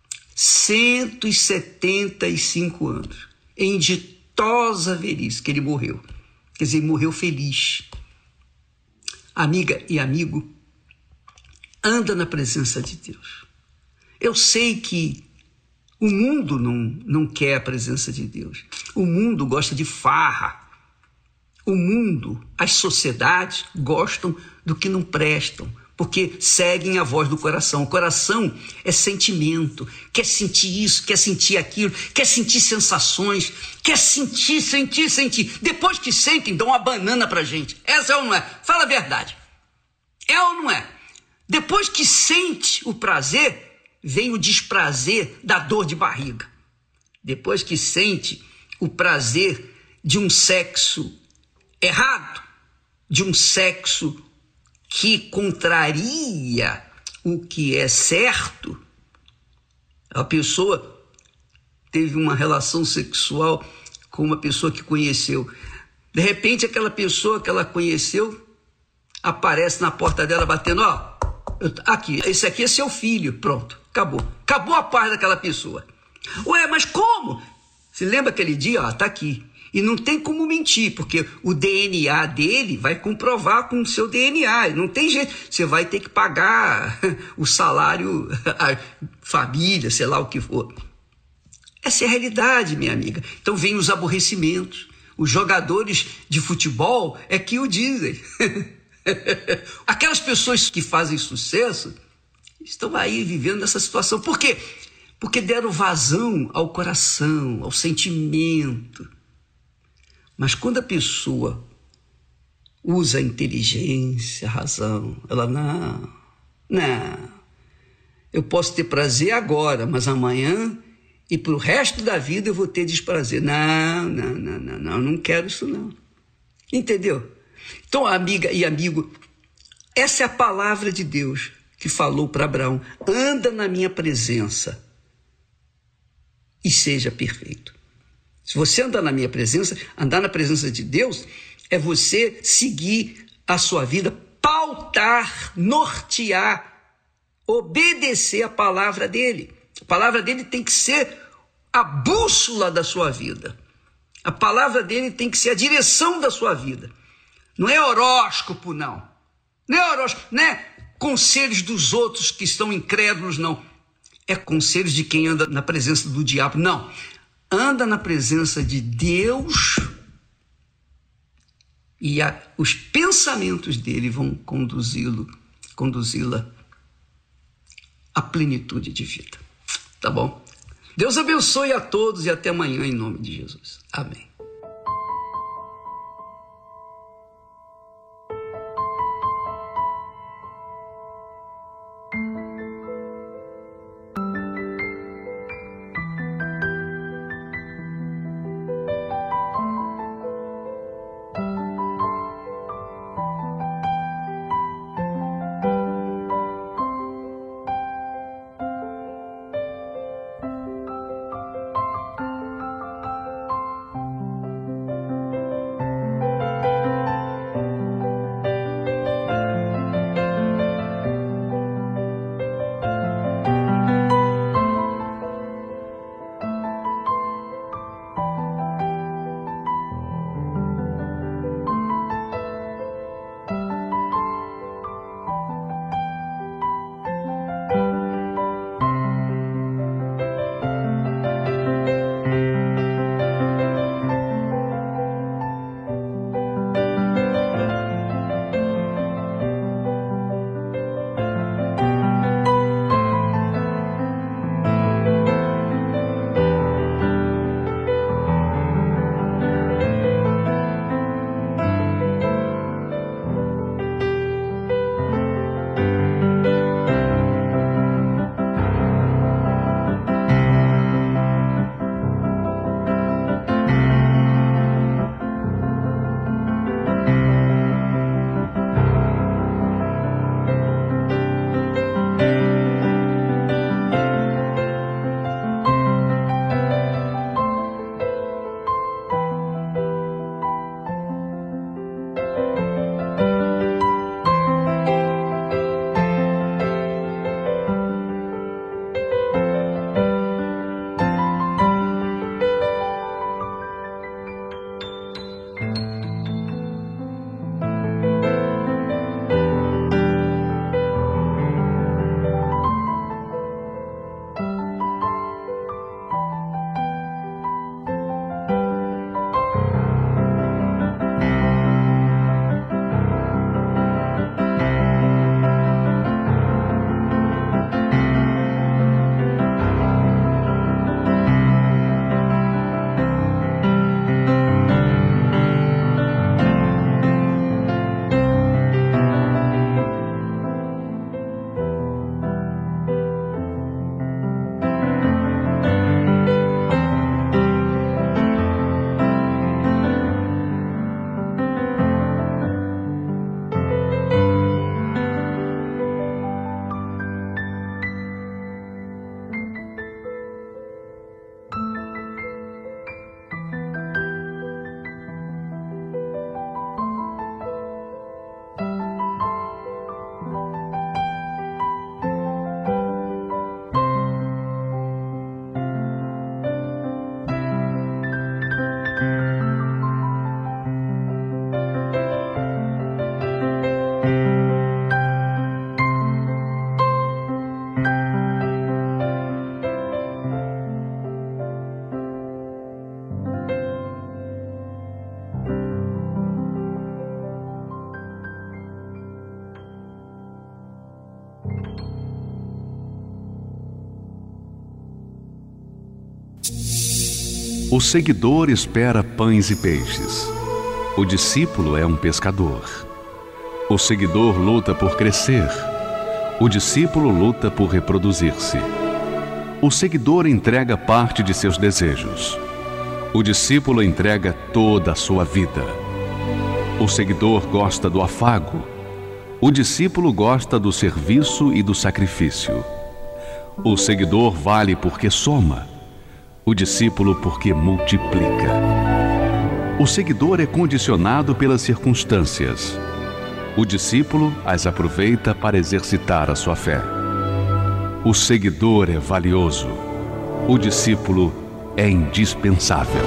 175 anos, em ditosa velhice, que ele morreu. Quer dizer, morreu feliz. Amiga e amigo, anda na presença de Deus. Eu sei que o mundo não quer a presença de Deus. O mundo gosta de farra. O mundo, as sociedades gostam do que não prestam, porque seguem a voz do coração. O coração é sentimento, quer sentir isso, quer sentir aquilo, quer sentir sensações, quer sentir. Depois que sentem, dão uma banana pra gente. Essa é ou não é? Fala a verdade. É ou não é? Depois que sente o prazer, vem o desprazer da dor de barriga. Depois que sente o prazer de um sexo errado, de um sexo que contraria o que é certo, a pessoa teve uma relação sexual com uma pessoa que conheceu. De repente, aquela pessoa que ela conheceu aparece na porta dela batendo, ó, aqui, esse aqui é seu filho, pronto, acabou. Acabou a paz daquela pessoa. Ué, mas como? Você lembra aquele dia? Ó, tá aqui. E não tem como mentir, porque o DNA dele vai comprovar com o seu DNA. Não tem jeito. Você vai ter que pagar o salário, a família, sei lá o que for. Essa é a realidade, minha amiga. Então vem os aborrecimentos. Os jogadores de futebol é que o dizem. Aquelas pessoas que fazem sucesso estão aí vivendo essa situação. Por quê? Porque deram vazão ao coração, ao sentimento. Mas quando a pessoa usa a inteligência, a razão, ela, não, eu posso ter prazer agora, mas amanhã e para o resto da vida eu vou ter desprazer. Não quero isso não. Entendeu? Então, amiga e amigo, essa é a palavra de Deus que falou para Abraão: anda na minha presença e seja perfeito. Se você andar na minha presença, andar na presença de Deus, é você seguir a sua vida, pautar, nortear, obedecer a palavra dele. A palavra dele tem que ser a bússola da sua vida. A palavra dele tem que ser a direção da sua vida. Não é horóscopo, não. Não é horóscopo, não é conselhos dos outros que estão incrédulos, não. É conselhos de quem anda na presença do diabo, não. Anda na presença de Deus e os pensamentos dele vão conduzi-la à plenitude de vida. Tá bom? Deus abençoe a todos e até amanhã em nome de Jesus. Amém. O seguidor espera pães e peixes. O discípulo é um pescador. O seguidor luta por crescer. O discípulo luta por reproduzir-se. O seguidor entrega parte de seus desejos. O discípulo entrega toda a sua vida. O seguidor gosta do afago. O discípulo gosta do serviço e do sacrifício. O seguidor vale porque soma. O discípulo porque multiplica. O seguidor é condicionado pelas circunstâncias. O discípulo as aproveita para exercitar a sua fé. O seguidor é valioso. O discípulo é indispensável.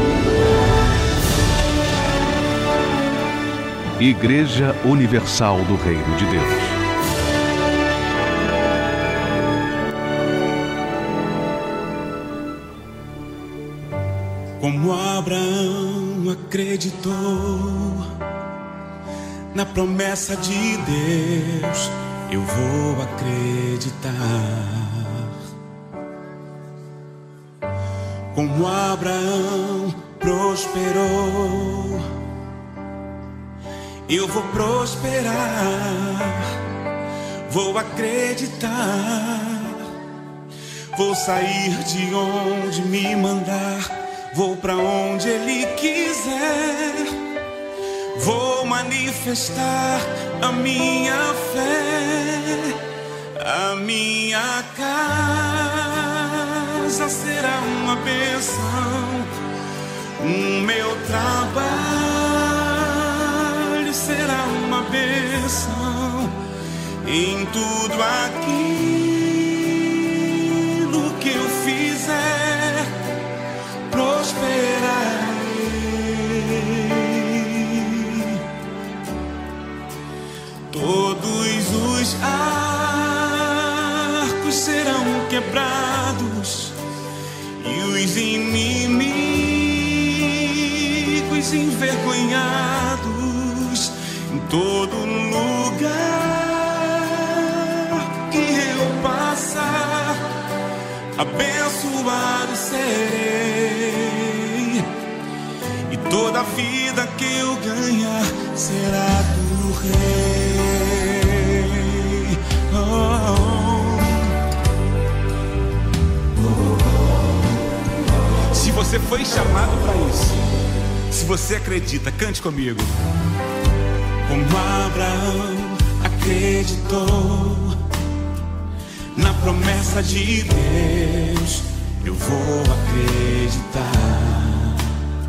Igreja Universal do Reino de Deus. Como Abraão acreditou na promessa de Deus, eu vou acreditar. Como Abraão prosperou, eu vou prosperar. Vou acreditar. Vou sair de onde me mandar. Vou pra onde Ele quiser. Vou manifestar a minha fé. A minha casa será uma bênção. O meu trabalho será uma bênção. Em tudo aquilo que eu fizer, prosperarei. Todos os arcos serão quebrados e os inimigos envergonhados. Em todo lugar que eu passar, abençoado serei. E toda a vida que eu ganhar será do Rei. Se você foi chamado para isso, se você acredita, cante comigo. Como Abraão acreditou na promessa de Deus, eu vou acreditar.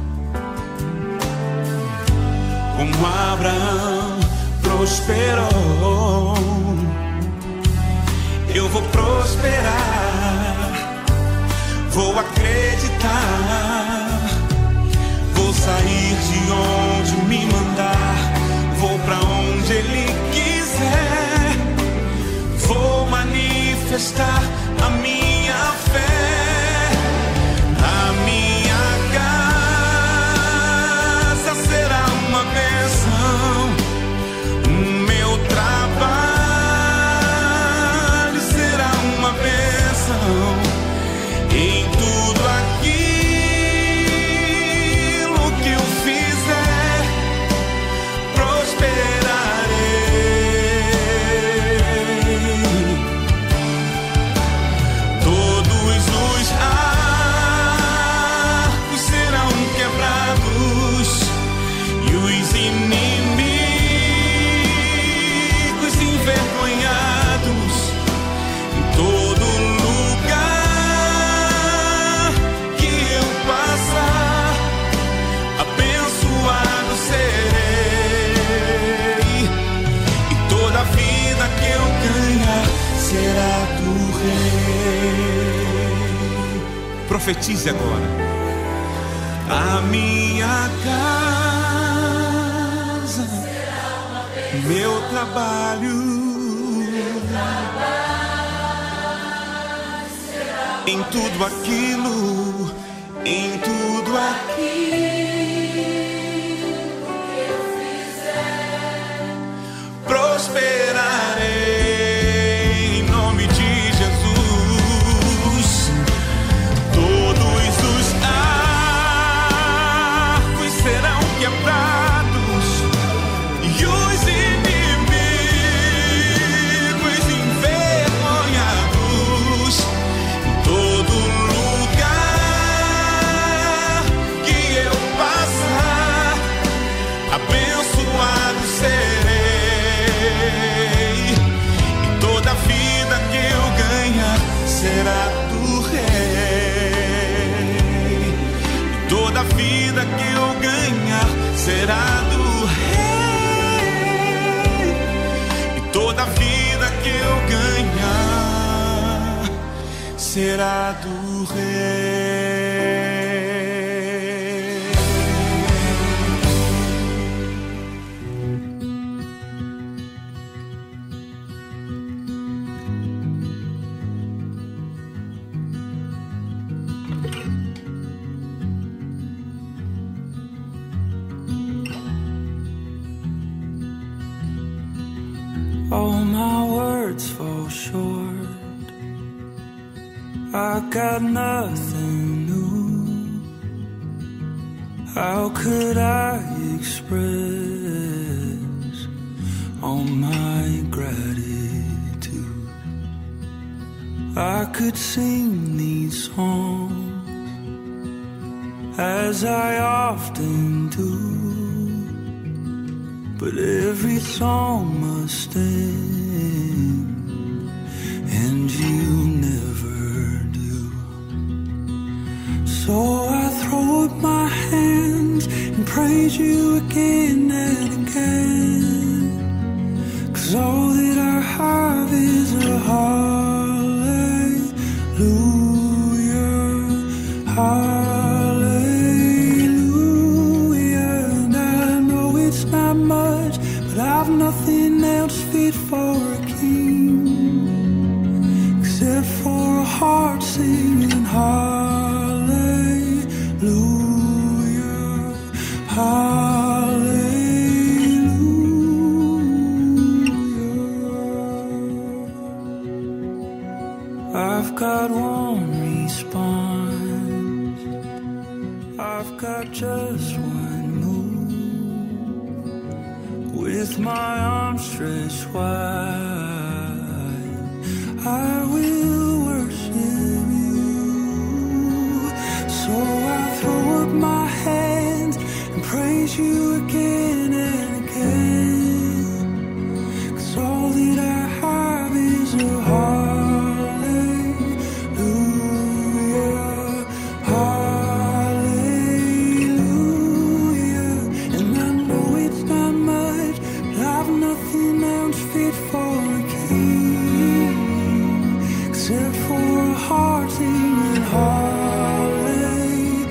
Como Abraão prosperou, eu vou prosperar. Vou acreditar. Vou sair de onde me mandar. Vou pra onde Ele quiser. Vou manifestar a minha fé. A minha casa será uma bênção. O meu trabalho será uma bênção. Em tudo aquilo que eu fizer, prosperarei. Todos os arcos serão quebrados e os inimigos envergonhados. Em todo lugar que eu passar, abençoado serei. E toda a vida que eu ganhar será do Rei. Profetize agora. A minha casa, meu trabalho, em tudo aquilo, em tudo aquilo que eu fizer, prosperarei em nome de Jesus. Todos os será do Rei, e toda vida que eu ganhar será do Rei. All my words fall short. I got nothing new. How could I express all my gratitude? I could sing these songs as I often do, but every song must end, and you never do. So I throw up my hands and praise you again and again, 'cause all that I have is a hallelujah, hallelujah. And I know it's not much, but I've nothing else fit for a king except for a heart singing hallelujah, hallelujah. I've got one response, I've got just one move. With my arms stretched wide, I will worship you. So I throw up my hands and praise you again and again, 'cause all that I have is a hallelujah, hallelujah. And I know it's not much, but I've nothing else fit for a king except for a heart singing hallelujah,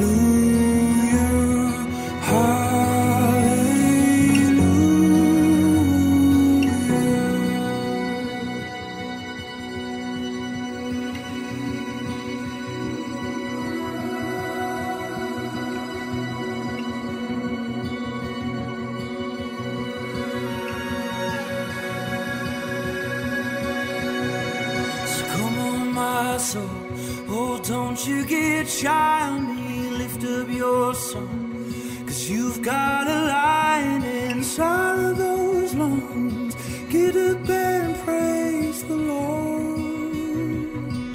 don't you get shy on me, lift up your song, 'cause you've got a lion inside of those lungs. Get up and praise the Lord.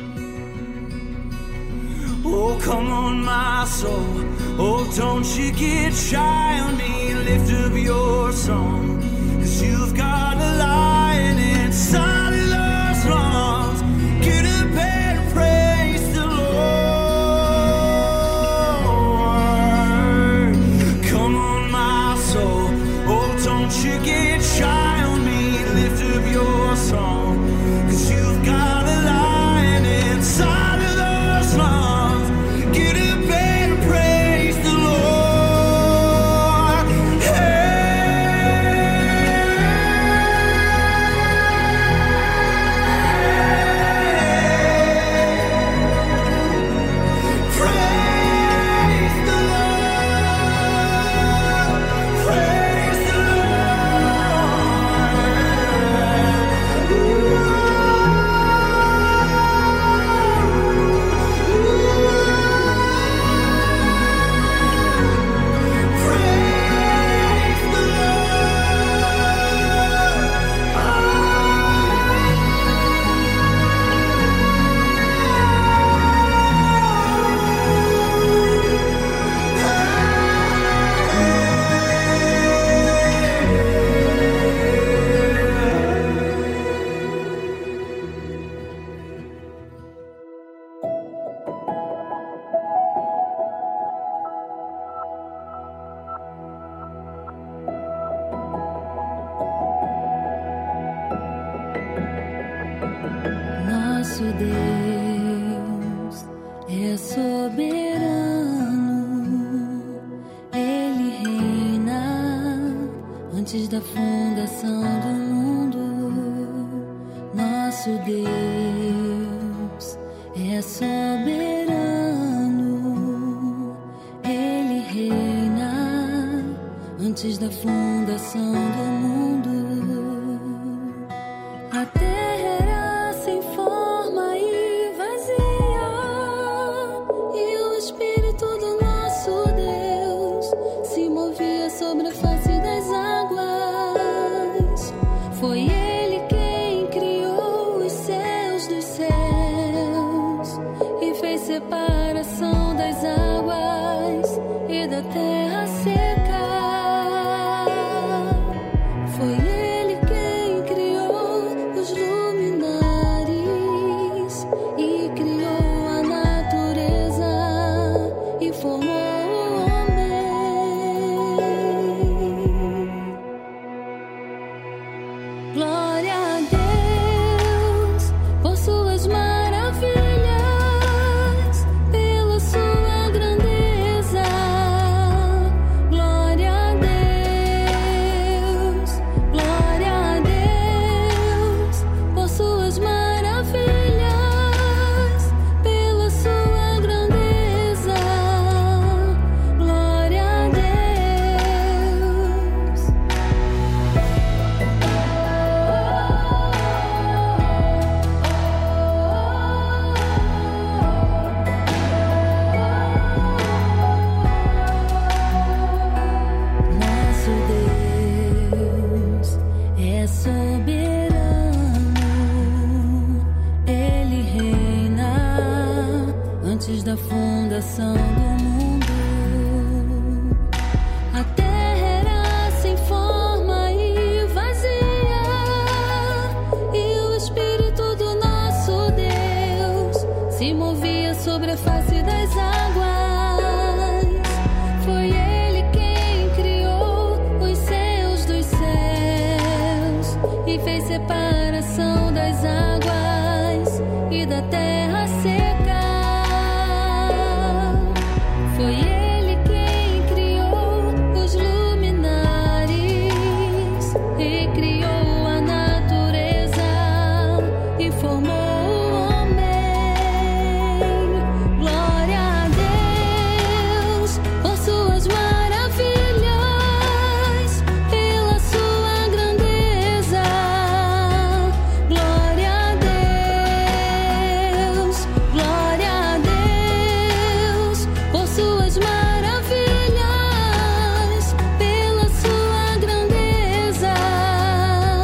Oh, come on, my soul. Oh, don't you get shy on me, lift up your song, 'cause you've got a lion inside of those lungs. Get up and praise the Lord. Come on, my soul. Oh, don't you get shy on me, lift up your song, 'cause you've got a lion inside of those lungs. Get up and praise the Lord. Praise the Lord. Nosso Deus é soberano, Ele reina antes da fundação do mundo. Nosso Deus é soberano, Ele reina antes da fundação do mundo. A terra era sem forma e vazia, e o Espírito do nosso Deus se movia sobre a face das águas. Foi Ele quem criou os céus dos céus e fez separação das águas e da terra seca. Foi Ele quem criou os luminares e criou a natureza e formou o homem. Glória a Deus por suas maravilhas, pela sua grandeza. Glória a Deus por suas maravilhas, pela sua grandeza. Glória a Deus. Nosso Deus é soberano, Ele reina antes da fundação do mundo. A terra era sem forma e vazia, e o Espírito do nosso Deus se movia sobre a face das águas. Foi Ele quem criou os céus dos céus e fez separação das águas e da terra seca. Foi Ele quem criou os luminares e criou a natureza e formou o homem. Glória a Deus por suas maravilhas, pela sua grandeza. Glória a Deus por suas maravilhas, pela sua grandeza.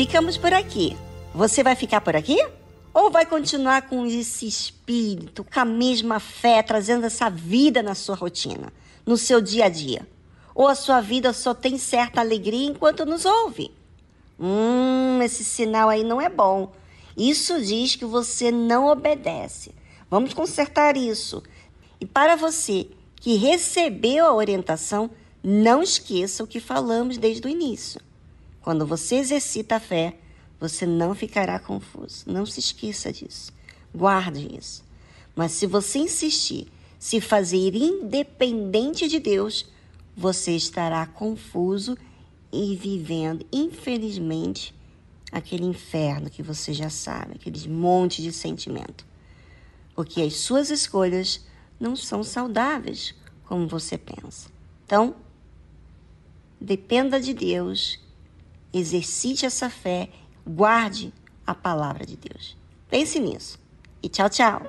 ficamos por aqui. Você vai ficar por aqui? Ou vai continuar com esse espírito, com a mesma fé, trazendo essa vida na sua rotina, no seu dia a dia? Ou a sua vida só tem certa alegria enquanto nos ouve? Esse sinal aí não é bom. Isso diz que você não obedece. Vamos consertar isso. E para você que recebeu a orientação, não esqueça o que falamos desde o início. Quando você exercita a fé, você não ficará confuso. Não se esqueça disso. Guarde isso. Mas se você insistir, se fazer independente de Deus, você estará confuso e vivendo, infelizmente, aquele inferno que você já sabe, aqueles monte de sentimento. Porque as suas escolhas não são saudáveis como você pensa. Então, dependa de Deus, exercite essa fé, guarde a palavra de Deus. Pense nisso. E tchau, tchau.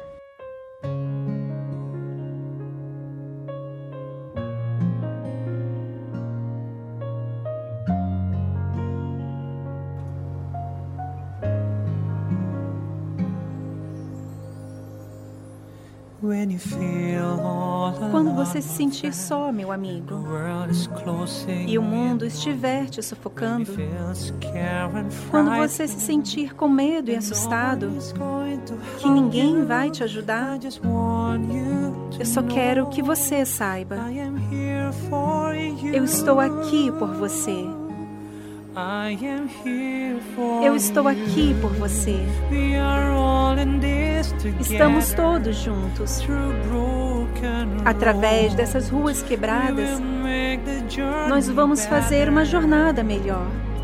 Quando você se sentir só, meu amigo, e o mundo estiver te sufocando, quando você se sentir com medo e assustado, que ninguém vai te ajudar, eu só quero que você saiba, eu estou aqui por você. Eu estou aqui por você. Estamos todos juntos. Através dessas ruas quebradas, nós vamos fazer uma jornada melhor.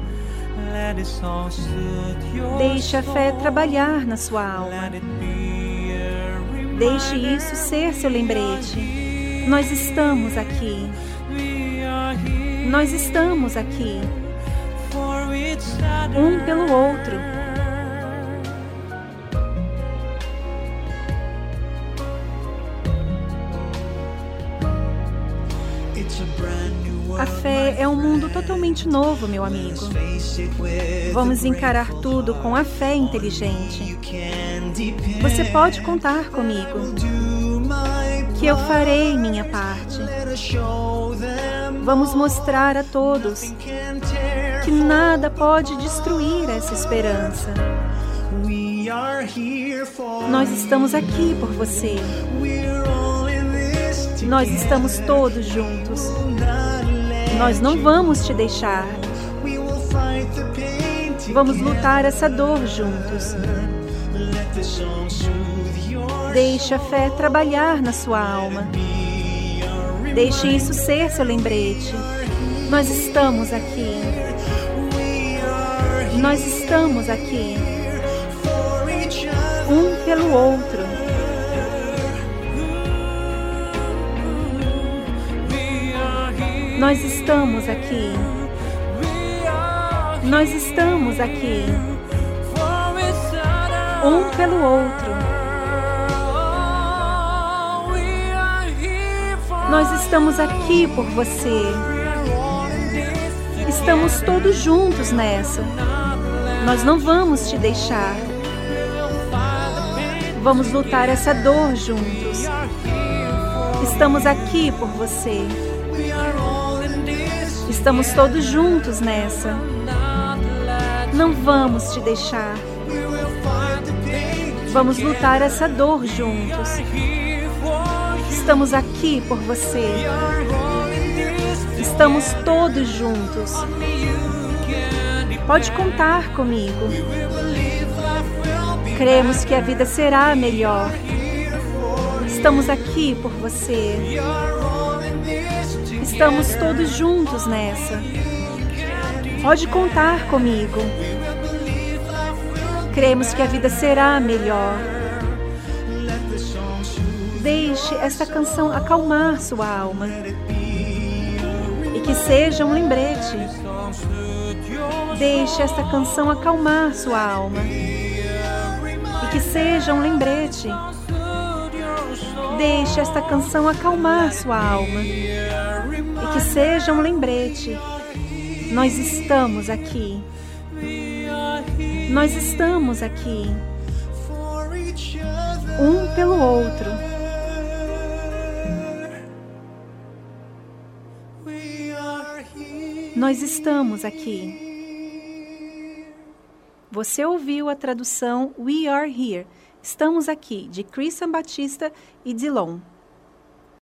Deixe a fé trabalhar na sua alma. Deixe isso ser seu lembrete. Nós estamos aqui. Nós estamos aqui. Um pelo outro. A fé é um mundo totalmente novo, meu amigo. Vamos encarar tudo com a fé inteligente. Você pode contar comigo, que eu farei minha parte. Vamos mostrar a todos que nada pode destruir essa esperança. Nós estamos aqui por você. Nós estamos todos juntos. Nós não vamos te deixar. Vamos lutar essa dor juntos. Deixe a fé trabalhar na sua alma. Deixe isso ser seu lembrete. Nós estamos aqui. Nós estamos aqui. Um pelo outro. Nós estamos aqui. Nós estamos aqui. Um pelo outro. Nós estamos aqui por você. Estamos todos juntos nessa. Nós não vamos te deixar. Vamos lutar essa dor juntos. Estamos aqui por você. Estamos todos juntos nessa. Não vamos te deixar. Vamos lutar essa dor juntos. Estamos aqui por você. Estamos todos juntos. Pode contar comigo. Cremos que a vida será melhor. Estamos aqui por você. Estamos todos juntos nessa. Pode contar comigo. Cremos que a vida será melhor. Deixe esta canção acalmar sua alma. E que seja um lembrete. Deixe esta canção acalmar sua alma. E que seja um lembrete. Deixe esta canção acalmar sua alma. E que seja um lembrete. Nós estamos aqui. Nós estamos aqui, um pelo outro. Nós estamos aqui. Você ouviu a tradução We Are Here, Estamos Aqui, de Christian Batista e Dillon.